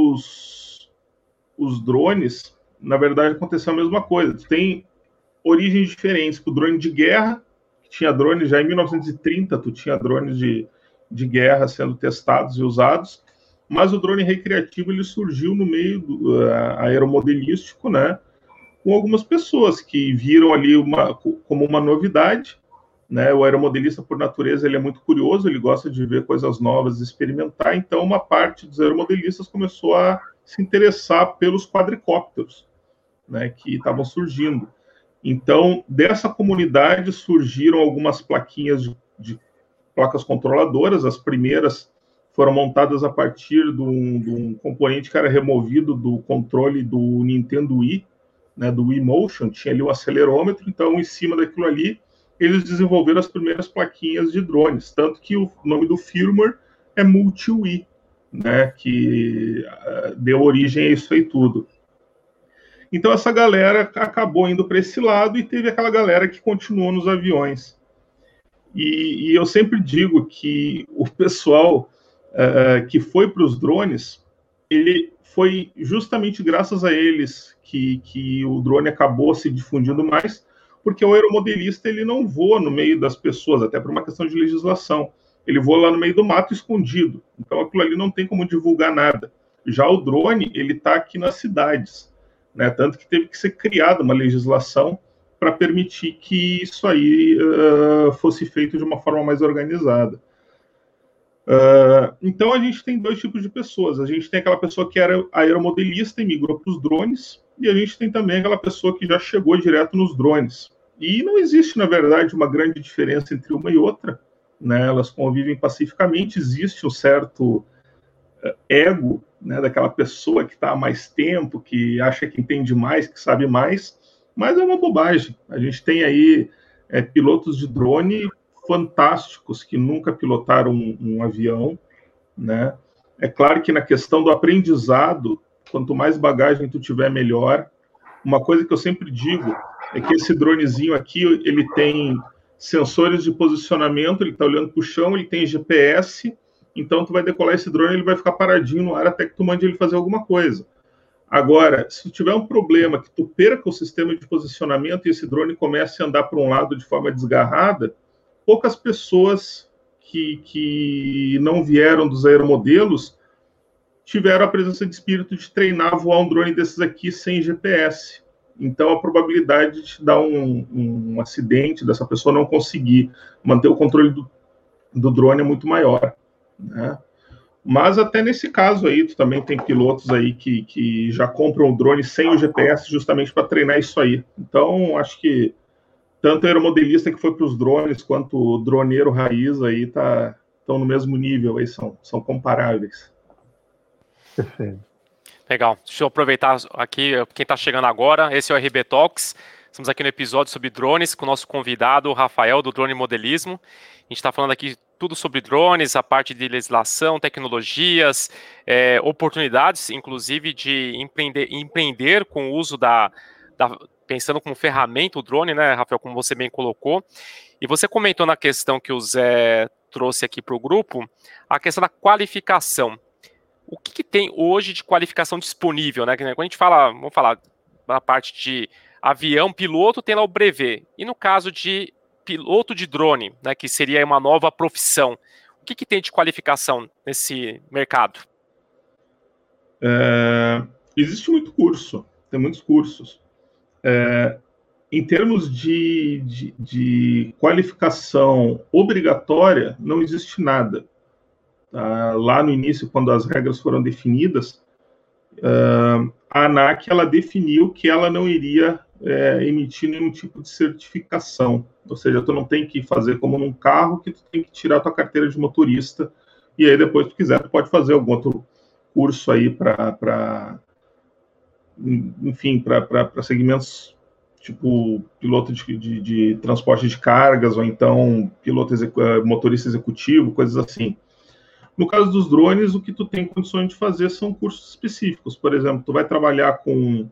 os drones, na verdade, aconteceu a mesma coisa. Tem origens diferentes. O drone de guerra, que tinha drones já em 1930, tu tinha drones de guerra sendo testados e usados, mas o drone recreativo ele surgiu no meio aeromodelístico, né, com algumas pessoas que viram ali como uma novidade, né? O aeromodelista, por natureza, ele é muito curioso, ele gosta de ver coisas novas, experimentar, então uma parte dos aeromodelistas começou a se interessar pelos quadricópteros, né, que estavam surgindo. Então, dessa comunidade surgiram algumas plaquinhas de placas controladoras. As primeiras foram montadas a partir de um componente que era removido do controle do Nintendo Wii, né, do Wii Motion, tinha ali um acelerômetro, então em cima daquilo ali eles desenvolveram as primeiras plaquinhas de drones, tanto que o nome do firmware é Multi-Wii, né, que deu origem a isso aí tudo. Então essa galera acabou indo para esse lado e teve aquela galera que continuou nos aviões. E eu sempre digo que o pessoal que foi para os drones, ele foi justamente graças a eles que o drone acabou se difundindo mais, porque o aeromodelista ele não voa no meio das pessoas, até por uma questão de legislação. Ele voa lá no meio do mato escondido. Então aquilo ali não tem como divulgar nada. Já o drone, ele está aqui nas cidades, né? Tanto que teve que ser criada uma legislação para permitir que isso aí fosse feito de uma forma mais organizada. Então a gente tem dois tipos de pessoas. A gente tem aquela pessoa que era aeromodelista e migrou para os drones, e a gente tem também aquela pessoa que já chegou direto nos drones. E não existe, na verdade, uma grande diferença entre uma e outra, né? Elas convivem pacificamente. Existe um certo ego, né, daquela pessoa que está há mais tempo, que acha que entende mais, que sabe mais, mas é uma bobagem. A gente tem aí pilotos de drone fantásticos que nunca pilotaram um avião, né? É claro que na questão do aprendizado, quanto mais bagagem tu tiver, melhor. Uma coisa que eu sempre digo é que esse dronezinho aqui, ele tem sensores de posicionamento, ele está olhando para o chão, ele tem GPS, então tu vai decolar esse drone, ele vai ficar paradinho no ar até que tu mande ele fazer alguma coisa. Agora, se tu tiver um problema que tu perca o sistema de posicionamento e esse drone comece a andar para um lado de forma desgarrada, poucas pessoas que não vieram dos aeromodelos tiveram a presença de espírito de treinar a voar um drone desses aqui sem GPS. Então, a probabilidade de dar um acidente, dessa pessoa não conseguir manter o controle do drone é muito maior, né? Mas até nesse caso aí, tu também tem pilotos aí que já compram o drone sem o GPS justamente para treinar isso aí. Então, acho que tanto o aeromodelista que foi para os drones, quanto o droneiro raiz aí estão no mesmo nível, aí são comparáveis. Perfeito. Legal. Deixa eu aproveitar aqui, quem está chegando agora, esse é o RB Talks. Estamos aqui no episódio sobre drones com o nosso convidado, o Rafael, do Drone Modelismo. A gente está falando aqui tudo sobre drones, a parte de legislação, tecnologias, oportunidades, inclusive, de empreender com o uso pensando como ferramenta o drone, né, Rafael, como você bem colocou. E você comentou na questão que o Zé trouxe aqui para o grupo, a questão da qualificação. O que tem hoje de qualificação disponível, né? Quando a gente fala, vamos falar na parte de avião, piloto, tem lá o brevet. E no caso de piloto de drone, né, que seria uma nova profissão, o que tem de qualificação nesse mercado? Existe muito curso, tem muitos cursos. Em termos de qualificação obrigatória, não existe nada. Lá no início, quando as regras foram definidas, a ANAC ela definiu que ela não iria emitir nenhum tipo de certificação. Ou seja, tu não tem que fazer como num carro, que tu tem que tirar tua carteira de motorista, e aí depois, se tu quiser, tu pode fazer algum outro curso aí para segmentos tipo piloto de transporte de cargas, ou então motorista executivo, coisas assim. No caso dos drones, o que tu tem condições de fazer são cursos específicos. Por exemplo, tu vai trabalhar com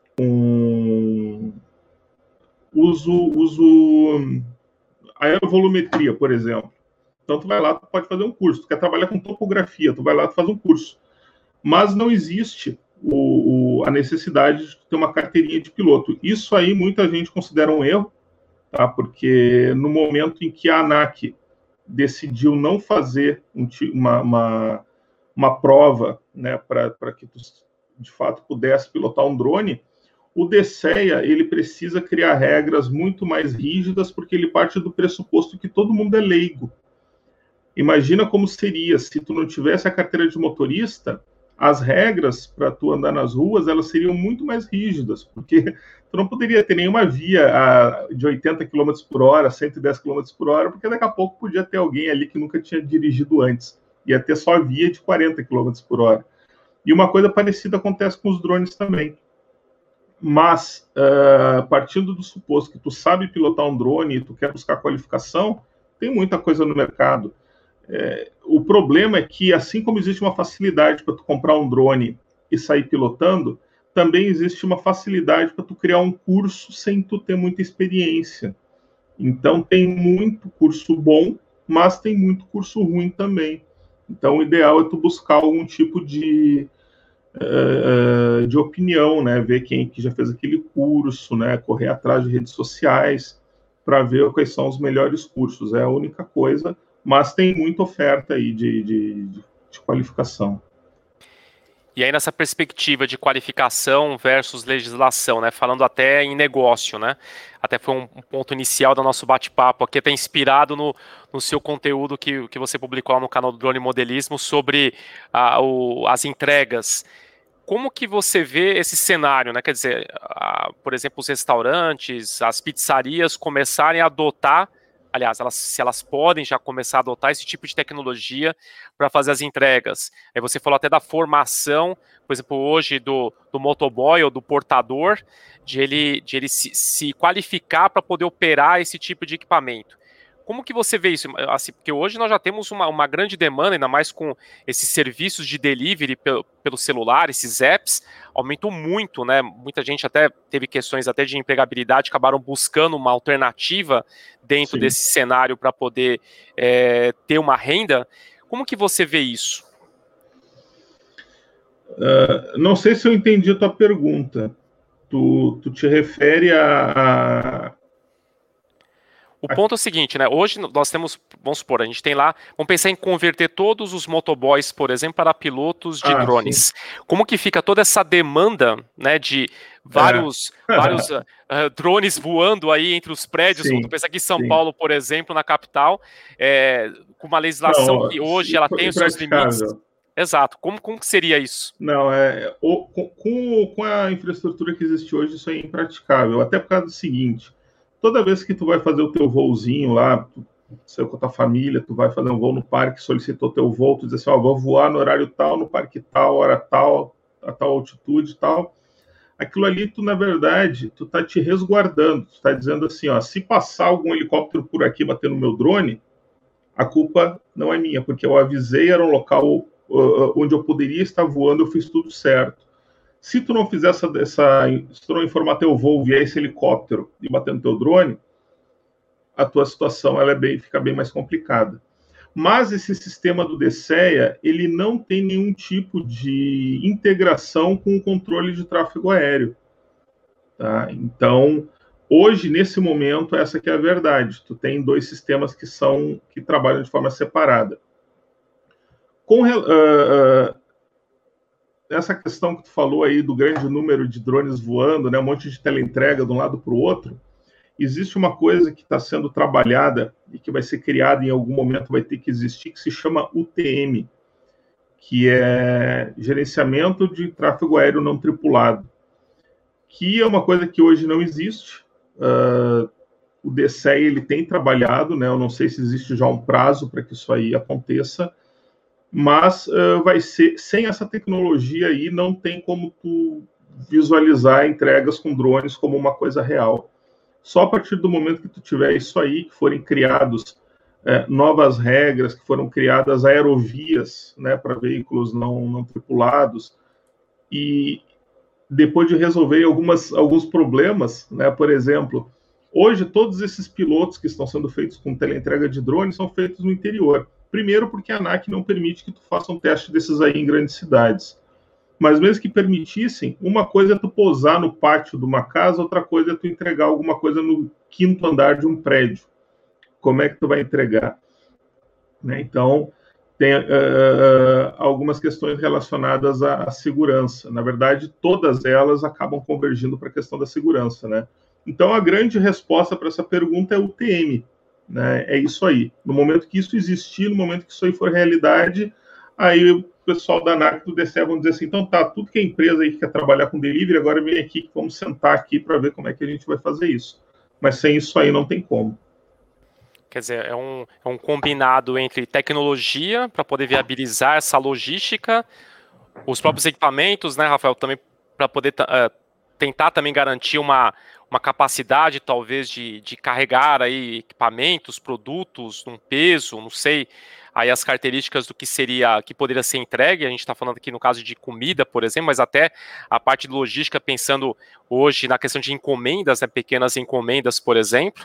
uso aerovolumetria, por exemplo. Então, tu vai lá, tu pode fazer um curso. Tu quer trabalhar com topografia, tu vai lá, tu faz um curso. Mas não existe a necessidade de ter uma carteirinha de piloto. Isso aí muita gente considera um erro, tá? Porque no momento em que a ANAC decidiu não fazer uma prova, né, para que tu, de fato, pudesse pilotar um drone, o DSEA, ele precisa criar regras muito mais rígidas, porque ele parte do pressuposto que todo mundo é leigo. Imagina como seria se tu não tivesse a carteira de motorista, as regras para tu andar nas ruas, elas seriam muito mais rígidas, porque tu não poderia ter nenhuma via de 80 km por hora, 110 km por hora, porque daqui a pouco podia ter alguém ali que nunca tinha dirigido antes. Ia ter só via de 40 km por hora. E uma coisa parecida acontece com os drones também. Mas, partindo do suposto que tu sabe pilotar um drone e tu quer buscar qualificação, tem muita coisa no mercado. O problema é que, assim como existe uma facilidade para tu comprar um drone e sair pilotando, também existe uma facilidade para tu criar um curso sem tu ter muita experiência. Então, tem muito curso bom, mas tem muito curso ruim também. Então, o ideal é tu buscar algum tipo de opinião, né? Ver quem que já fez aquele curso, né? Correr atrás de redes sociais para ver quais são os melhores cursos. É a única coisa, mas tem muita oferta aí de qualificação. E aí, nessa perspectiva de qualificação versus legislação, né? Falando até em negócio, né? Até foi um ponto inicial do nosso bate-papo aqui, até inspirado no seu conteúdo que você publicou lá no canal do Drone Modelismo sobre as entregas. Como que você vê esse cenário, né? Quer dizer, por exemplo, os restaurantes, as pizzarias começarem a adotar, aliás, se elas podem já começar a adotar esse tipo de tecnologia para fazer as entregas. Aí você falou até da formação, por exemplo, hoje do motoboy ou do portador, de ele se qualificar para poder operar esse tipo de equipamento. Como que você vê isso? Assim, porque hoje nós já temos uma grande demanda, ainda mais com esses serviços de delivery pelo celular, esses apps, aumentou muito, né? Muita gente até teve questões até de empregabilidade, acabaram buscando uma alternativa dentro Sim. desse cenário para poder ter uma renda. Como que você vê isso? Não sei se eu entendi a tua pergunta. Tu te refere a... O ponto é o seguinte, né? Hoje nós temos, vamos supor, a gente tem lá, vamos pensar em converter todos os motoboys, por exemplo, para pilotos de drones. Sim. Como que fica toda essa demanda, né, de vários drones voando aí entre os prédios? Vamos pensar aqui em São Paulo, por exemplo, na capital, com uma legislação que hoje ela tem os seus limites. Exato. Como que seria isso? Não, com a infraestrutura que existe hoje, isso é impraticável. Até por causa do seguinte: toda vez que tu vai fazer o teu voozinho lá, tu saiu com a tua família, tu vai fazer um voo no parque, solicitou teu voo, tu diz assim, vou voar no horário tal, no parque tal, hora tal, a tal altitude tal. Aquilo ali, tu, na verdade, tu tá te resguardando. Tu tá dizendo assim, se passar algum helicóptero por aqui bater no meu drone, a culpa não é minha, porque eu avisei, era um local onde eu poderia estar voando, eu fiz tudo certo. Se tu não fizer se tu não informar teu voo, vier esse helicóptero e bater no teu drone, a tua situação fica bem mais complicada. Mas esse sistema do DSEA, ele não tem nenhum tipo de integração com o controle de tráfego aéreo. Tá? Então, hoje, nesse momento, essa que é a verdade. Tu tem dois sistemas que trabalham de forma separada. Essa questão que tu falou aí do grande número de drones voando, né, um monte de teleentrega de um lado para o outro, existe uma coisa que está sendo trabalhada e que vai ser criada em algum momento, vai ter que existir, que se chama UTM, que é Gerenciamento de Tráfego Aéreo Não Tripulado, que é uma coisa que hoje não existe. O DCE ele tem trabalhado, né? Eu não sei se existe já um prazo para que isso aí aconteça, mas vai ser, sem essa tecnologia aí, não tem como tu visualizar entregas com drones como uma coisa real. Só a partir do momento que tu tiver isso aí, que forem criados novas regras, que foram criadas aerovias, né, para veículos não tripulados, e depois de resolver alguns problemas, né, por exemplo, hoje todos esses pilotos que estão sendo feitos com teleentrega de drone são feitos no interior. Primeiro porque a ANAC não permite que tu faça um teste desses aí em grandes cidades. Mas mesmo que permitissem, uma coisa é tu pousar no pátio de uma casa, outra coisa é tu entregar alguma coisa no 5º andar de um prédio. Como é que tu vai entregar? Né? Então, tem algumas questões relacionadas à segurança. Na verdade, todas elas acabam convergindo para a questão da segurança, né? Então, a grande resposta para essa pergunta é o UTM, né? É isso aí. No momento que isso existir, no momento que isso aí for realidade, aí o pessoal da ANAC do DCE vão dizer assim, então tá, tudo que é empresa aí que quer trabalhar com delivery, agora vem aqui, vamos sentar aqui para ver como é que a gente vai fazer isso. Mas sem isso aí não tem como. Quer dizer, é um combinado entre tecnologia para poder viabilizar essa logística, os próprios equipamentos, né, Rafael, também para poder tentar também garantir uma capacidade, talvez, de carregar aí equipamentos, produtos, num peso, não sei, aí as características do que poderia ser entregue. A gente está falando aqui no caso de comida, por exemplo, mas até a parte de logística, pensando hoje na questão de encomendas, né, pequenas encomendas, por exemplo,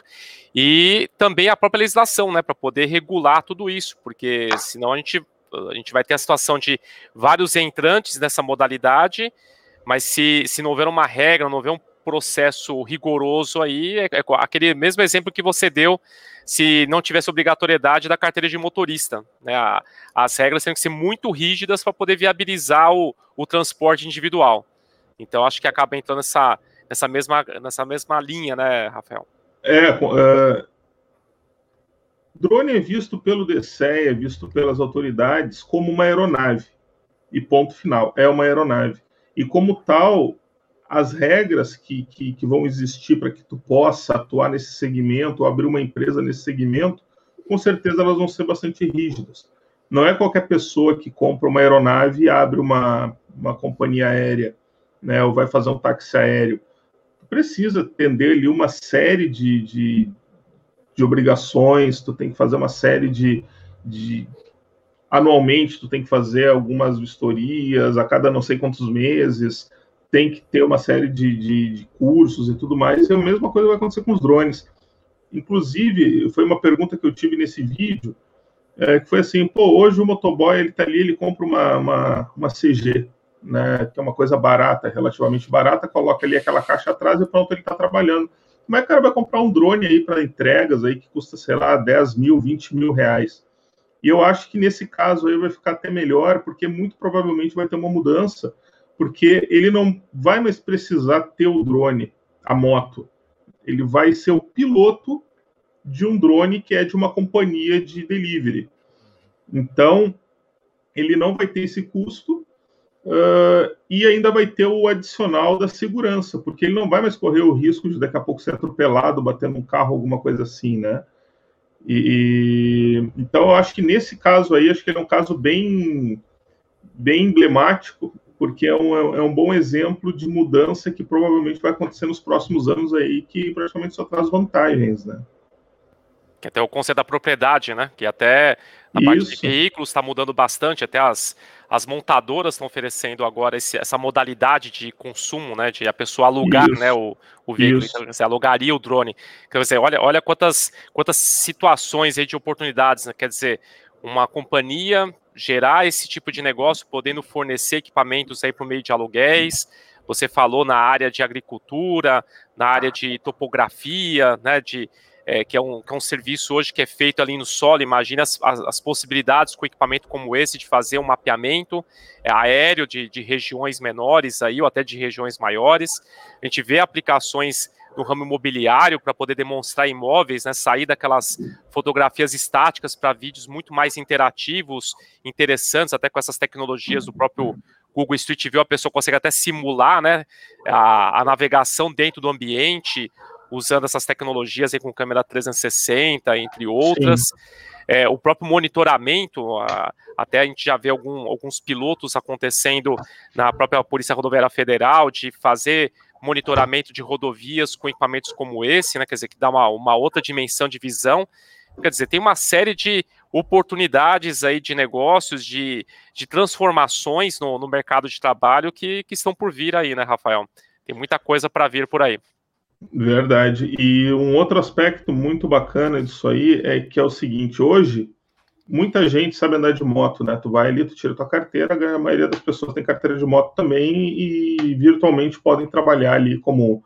e também a própria legislação, né, para poder regular tudo isso, porque senão a gente vai ter a situação de vários entrantes nessa modalidade, mas se não houver uma regra, não houver um processo rigoroso aí, é aquele mesmo exemplo que você deu, se não tivesse obrigatoriedade da carteira de motorista, né? As regras têm que ser muito rígidas para poder viabilizar o transporte individual. Então, acho que acaba entrando nessa mesma linha, né, Rafael? Drone é visto pelo DCE, é visto pelas autoridades como uma aeronave, e ponto final, é uma aeronave. E como tal, as regras que vão existir para que tu possa atuar nesse segmento, ou abrir uma empresa nesse segmento, com certeza elas vão ser bastante rígidas. Não é qualquer pessoa que compra uma aeronave e abre uma companhia aérea, né, ou vai fazer um táxi aéreo. Tu precisa atender ali uma série de obrigações, tu tem que fazer uma série anualmente tu tem que fazer algumas vistorias, a cada não sei quantos meses, tem que ter uma série de cursos e tudo mais, e a mesma coisa vai acontecer com os drones. Inclusive, foi uma pergunta que eu tive nesse vídeo, que foi assim, hoje o motoboy, ele tá ali, ele compra uma CG, né, que é uma coisa barata, relativamente barata, coloca ali aquela caixa atrás e pronto, ele tá trabalhando. Como é que o cara vai comprar um drone aí para entregas aí que custa, sei lá, 10 mil, 20 mil reais? E eu acho que nesse caso aí vai ficar até melhor, porque muito provavelmente vai ter uma mudança, porque ele não vai mais precisar ter o drone, a moto. Ele vai ser o piloto de um drone que é de uma companhia de delivery. Então, ele não vai ter esse custo e ainda vai ter o adicional da segurança, porque ele não vai mais correr o risco de daqui a pouco ser atropelado, bater num carro, alguma coisa assim, né? Então, eu acho que nesse caso aí, acho que ele é um caso bem emblemático, porque é um bom exemplo de mudança que provavelmente vai acontecer nos próximos anos aí, que praticamente só traz vantagens, né? Que até o conceito da propriedade, né? Que até a parte de veículos está mudando bastante, até as montadoras estão oferecendo agora essa modalidade de consumo, né? De a pessoa alugar, né, o veículo, então, você alugaria o drone. Quer dizer, olha quantas situações aí de oportunidades, né? Quer dizer, uma companhia gerar esse tipo de negócio, podendo fornecer equipamentos aí por meio de aluguéis. Você falou na área de agricultura, na área de topografia, né? Que é um serviço hoje que é feito ali no solo. Imagina as possibilidades com equipamento como esse de fazer um mapeamento aéreo de regiões menores aí, ou até de regiões maiores. A gente vê aplicações no ramo imobiliário para poder demonstrar imóveis, né, sair daquelas fotografias estáticas para vídeos muito mais interativos, interessantes, até com essas tecnologias do próprio Google Street View, a pessoa consegue até simular, né, a navegação dentro do ambiente, usando essas tecnologias aí com câmera 360, entre outras. O próprio monitoramento, até a gente já vê alguns pilotos acontecendo na própria Polícia Rodoviária Federal, de fazer monitoramento de rodovias com equipamentos como esse, né, quer dizer, que dá uma outra dimensão de visão. Quer dizer, tem uma série de oportunidades aí de negócios, de transformações no mercado de trabalho que estão por vir aí, né, Rafael? Tem muita coisa para vir por aí. Verdade. E um outro aspecto muito bacana disso aí é que é o seguinte: hoje, muita gente sabe andar de moto, né? Tu vai ali, tu tira tua carteira, a maioria das pessoas tem carteira de moto também e virtualmente podem trabalhar ali como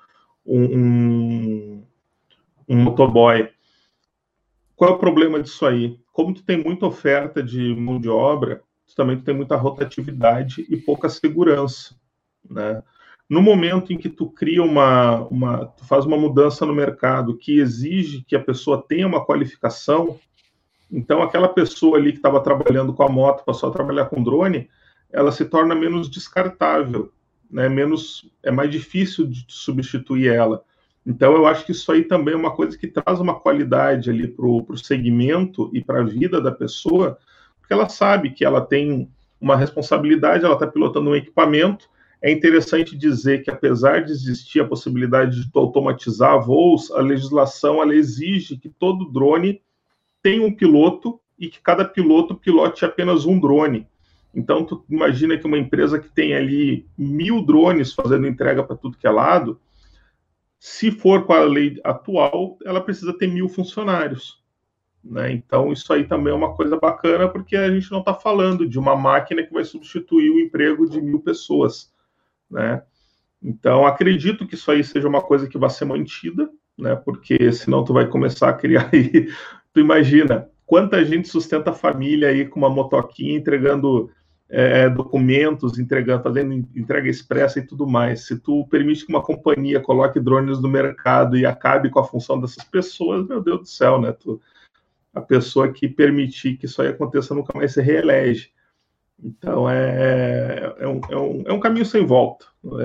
um motoboy. Qual é o problema disso aí? Como tu tem muita oferta de mão de obra, tu também tem muita rotatividade e pouca segurança, né? No momento em que tu cria tu faz uma mudança no mercado que exige que a pessoa tenha uma qualificação, então aquela pessoa ali que estava trabalhando com a moto, passou a trabalhar com drone, ela se torna menos descartável, né? É mais difícil de substituir ela. Então eu acho que isso aí também é uma coisa que traz uma qualidade ali para o segmento e para a vida da pessoa, porque ela sabe que ela tem uma responsabilidade, ela está pilotando um equipamento. É interessante dizer que, apesar de existir a possibilidade de automatizar voos, a legislação ela exige que todo drone tenha um piloto e que cada piloto pilote apenas um drone. Então, tu imagina que uma empresa que tem ali 1.000 drones fazendo entrega para tudo que é lado, se for com a lei atual, ela precisa ter 1.000 funcionários, né? Então, isso aí também é uma coisa bacana, porque a gente não está falando de uma máquina que vai substituir o emprego de 1.000 pessoas, né? Então, acredito que isso aí seja uma coisa que vai ser mantida, né? Porque senão tu vai começar a criar aí... Tu imagina quanta gente sustenta a família aí com uma motoquinha entregando documentos, fazendo entrega expressa e tudo mais. Se tu permite que uma companhia coloque drones no mercado e acabe com a função dessas pessoas, meu Deus do céu, né? A pessoa que permitir que isso aí aconteça nunca mais se reelege. Então, é um caminho sem volta.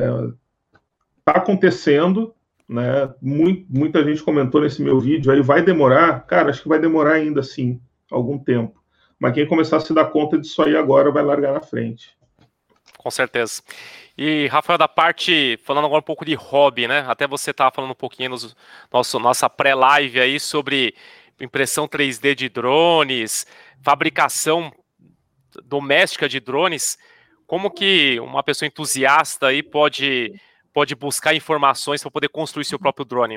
Está acontecendo, né? Muita gente comentou nesse meu vídeo, aí vai demorar? Cara, acho que vai demorar ainda, sim, algum tempo. Mas quem começar a se dar conta disso aí agora vai largar na frente. Com certeza. E, Rafael, falando agora um pouco de hobby, né? Até você estava falando um pouquinho nossa pré-live aí sobre impressão 3D de drones, fabricação doméstica de drones. Como que uma pessoa entusiasta aí pode buscar informações para poder construir seu próprio drone?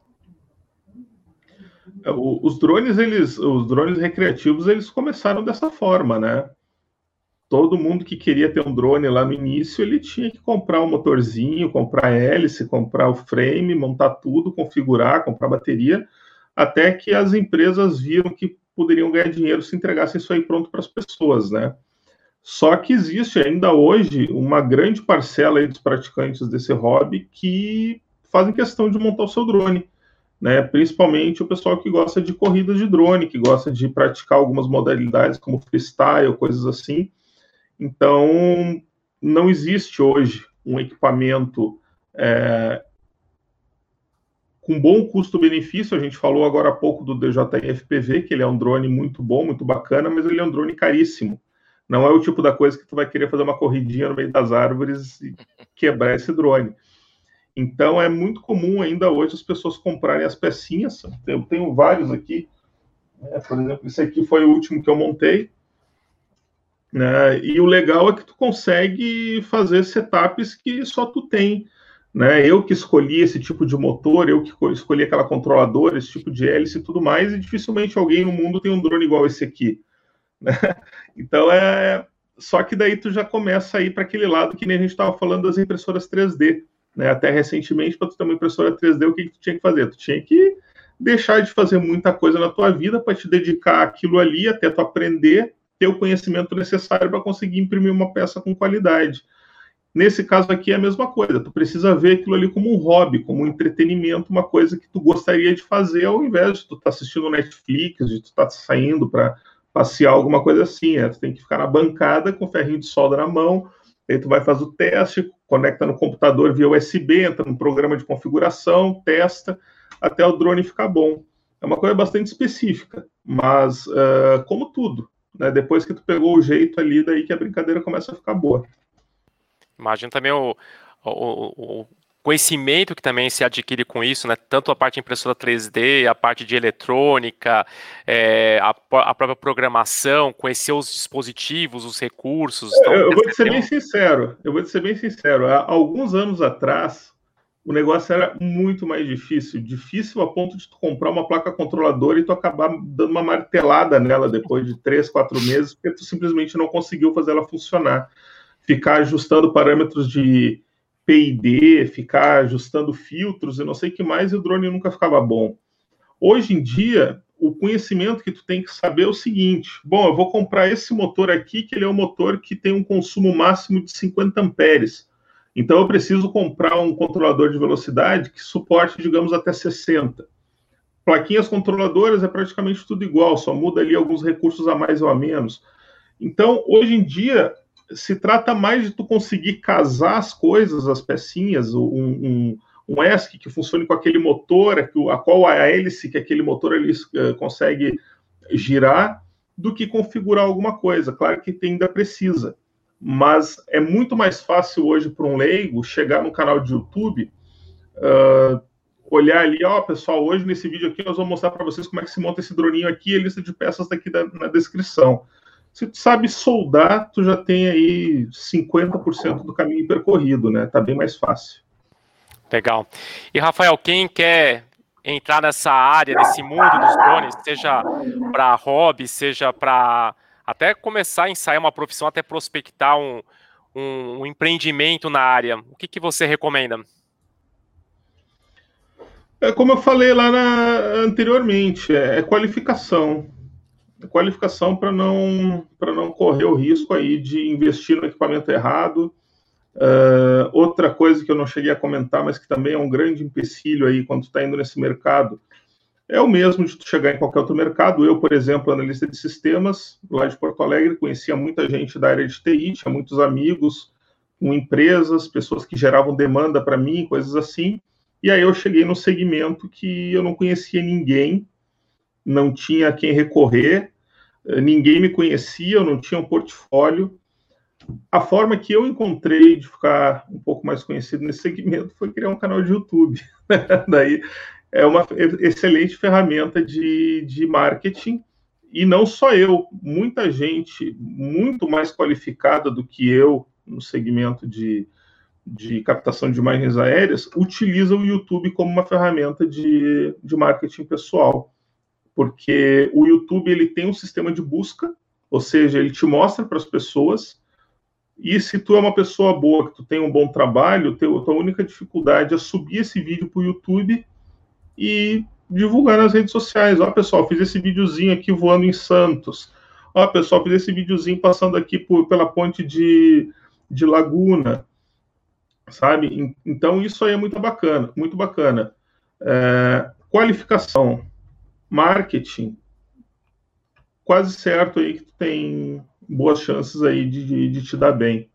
Os drones recreativos, eles começaram dessa forma, né? Todo mundo que queria ter um drone lá no início, ele tinha que comprar um motorzinho, comprar hélice, comprar o frame, montar tudo, configurar, comprar bateria, até que as empresas viram que poderiam ganhar dinheiro se entregassem isso aí pronto para as pessoas, né? Só que existe ainda hoje uma grande parcela aí dos praticantes desse hobby que fazem questão de montar o seu drone, né? Principalmente o pessoal que gosta de corrida de drone, que gosta de praticar algumas modalidades como freestyle, coisas assim. Então, não existe hoje um equipamento com bom custo-benefício. A gente falou agora há pouco do DJI FPV, que ele é um drone muito bom, muito bacana, mas ele é um drone caríssimo. Não é o tipo da coisa que tu vai querer fazer uma corridinha no meio das árvores e quebrar esse drone. Então, é muito comum ainda hoje as pessoas comprarem as pecinhas. Eu tenho vários aqui. Por exemplo, esse aqui foi o último que eu montei. Né? E o legal é que tu consegue fazer setups que só tu tem. Né? Eu que escolhi esse tipo de motor, eu que escolhi aquela controladora, esse tipo de hélice e tudo mais, e dificilmente alguém no mundo tem um drone igual esse aqui. Né? Então, só que daí tu já começa a ir para aquele lado que nem a gente estava falando das impressoras 3D. Né? Até recentemente, para tu ter uma impressora 3D, o que tu tinha que fazer? Tu tinha que deixar de fazer muita coisa na tua vida para te dedicar àquilo ali, até tu aprender, ter o conhecimento necessário para conseguir imprimir uma peça com qualidade. Nesse caso aqui é a mesma coisa, tu precisa ver aquilo ali como um hobby, como um entretenimento, uma coisa que tu gostaria de fazer, ao invés de tu estar assistindo Netflix, de tu estar saindo para passear, alguma coisa assim. Tu tem que ficar na bancada com o ferrinho de solda na mão, Aí tu vai fazer o teste, conecta no computador via USB, entra no programa de configuração, testa, até o drone ficar bom. É uma coisa bastante específica, mas como tudo, né? Depois que tu pegou o jeito ali, daí que a brincadeira começa a ficar boa. Imagino também o conhecimento que também se adquire com isso, né? Tanto a parte de impressora 3D, a parte de eletrônica, a própria programação, conhecer os dispositivos, os recursos. Então, eu vou te ser bem sincero. Há alguns anos atrás, o negócio era muito mais difícil a ponto de tu comprar uma placa controladora e tu acabar dando uma martelada nela depois de 3, 4 meses, porque tu simplesmente não conseguiu fazer ela funcionar. Ficar ajustando parâmetros de PID, ficar ajustando filtros e não sei o que mais, e o drone nunca ficava bom. Hoje em dia, o conhecimento que tu tem que saber é o seguinte: bom, eu vou comprar esse motor aqui, que ele é um motor que tem um consumo máximo de 50 amperes. Então eu preciso comprar um controlador de velocidade que suporte, digamos, até 60. Plaquinhas controladoras é praticamente tudo igual, só muda ali alguns recursos a mais ou a menos. Então, hoje em dia, se trata mais de tu conseguir casar as coisas, as pecinhas, um ESC que funcione com aquele motor, a qual a hélice que aquele motor ele consegue girar, do que configurar alguma coisa. Claro que ainda precisa, mas é muito mais fácil hoje para um leigo chegar no canal de YouTube, olhar ali, pessoal, hoje nesse vídeo aqui nós vamos mostrar para vocês como é que se monta esse droninho aqui, a lista de peças daqui na descrição. Se tu sabe soldar, tu já tem aí 50% do caminho percorrido, né? Tá bem mais fácil. Legal. E, Rafael, quem quer entrar nessa área, nesse mundo dos drones, seja para hobby, seja para até começar a ensaiar uma profissão, até prospectar um empreendimento na área, o que você recomenda? Como eu falei lá anteriormente, é qualificação. Qualificação para não correr o risco aí de investir no equipamento errado. Outra coisa que eu não cheguei a comentar, mas que também é um grande empecilho aí quando tu está indo nesse mercado, é o mesmo de tu chegar em qualquer outro mercado. Eu, por exemplo, analista de sistemas, lá de Porto Alegre, conhecia muita gente da área de TI, tinha muitos amigos com empresas, pessoas que geravam demanda para mim, coisas assim. E aí eu cheguei num segmento que eu não conhecia ninguém, não tinha a quem recorrer, ninguém me conhecia, eu não tinha um portfólio. A forma que eu encontrei de ficar um pouco mais conhecido nesse segmento foi criar um canal de YouTube. Daí é uma excelente ferramenta de marketing, e não só eu, muita gente muito mais qualificada do que eu no segmento de captação de imagens aéreas utiliza o YouTube como uma ferramenta de marketing pessoal. Porque o YouTube ele tem um sistema de busca, ou seja, ele te mostra para as pessoas, e se tu é uma pessoa boa, que tu tem um bom trabalho, tua única dificuldade é subir esse vídeo para o YouTube e divulgar nas redes sociais. Pessoal, fiz esse videozinho aqui voando em Santos. Pessoal, fiz esse videozinho passando aqui pela ponte de Laguna, sabe? Então, isso aí é muito bacana, muito bacana. Qualificação. Marketing, quase certo aí que tu tem boas chances aí de te dar bem.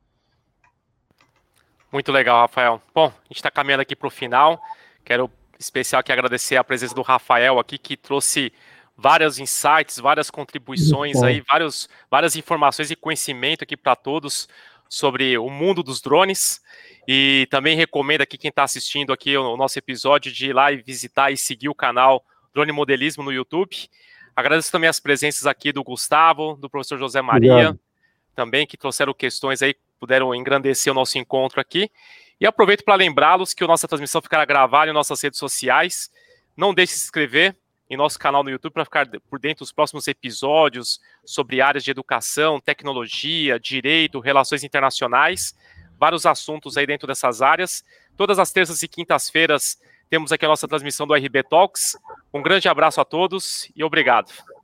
Muito legal, Rafael. Bom, a gente está caminhando aqui para o final. Quero especial aqui agradecer a presença do Rafael aqui, que trouxe vários insights, várias contribuições aí, várias informações e conhecimento aqui para todos sobre o mundo dos drones. E também recomendo aqui quem está assistindo aqui o nosso episódio de ir lá e visitar e seguir o canal Drone Modelismo no YouTube. Agradeço também as presenças aqui do Gustavo, do professor José Maria, obrigado, também, que trouxeram questões aí, puderam engrandecer o nosso encontro aqui. E aproveito para lembrá-los que a nossa transmissão ficará gravada em nossas redes sociais. Não deixe de se inscrever em nosso canal no YouTube para ficar por dentro dos próximos episódios sobre áreas de educação, tecnologia, direito, relações internacionais, vários assuntos aí dentro dessas áreas. Todas as terças e quintas-feiras temos aqui a nossa transmissão do RB Talks. Um grande abraço a todos e obrigado.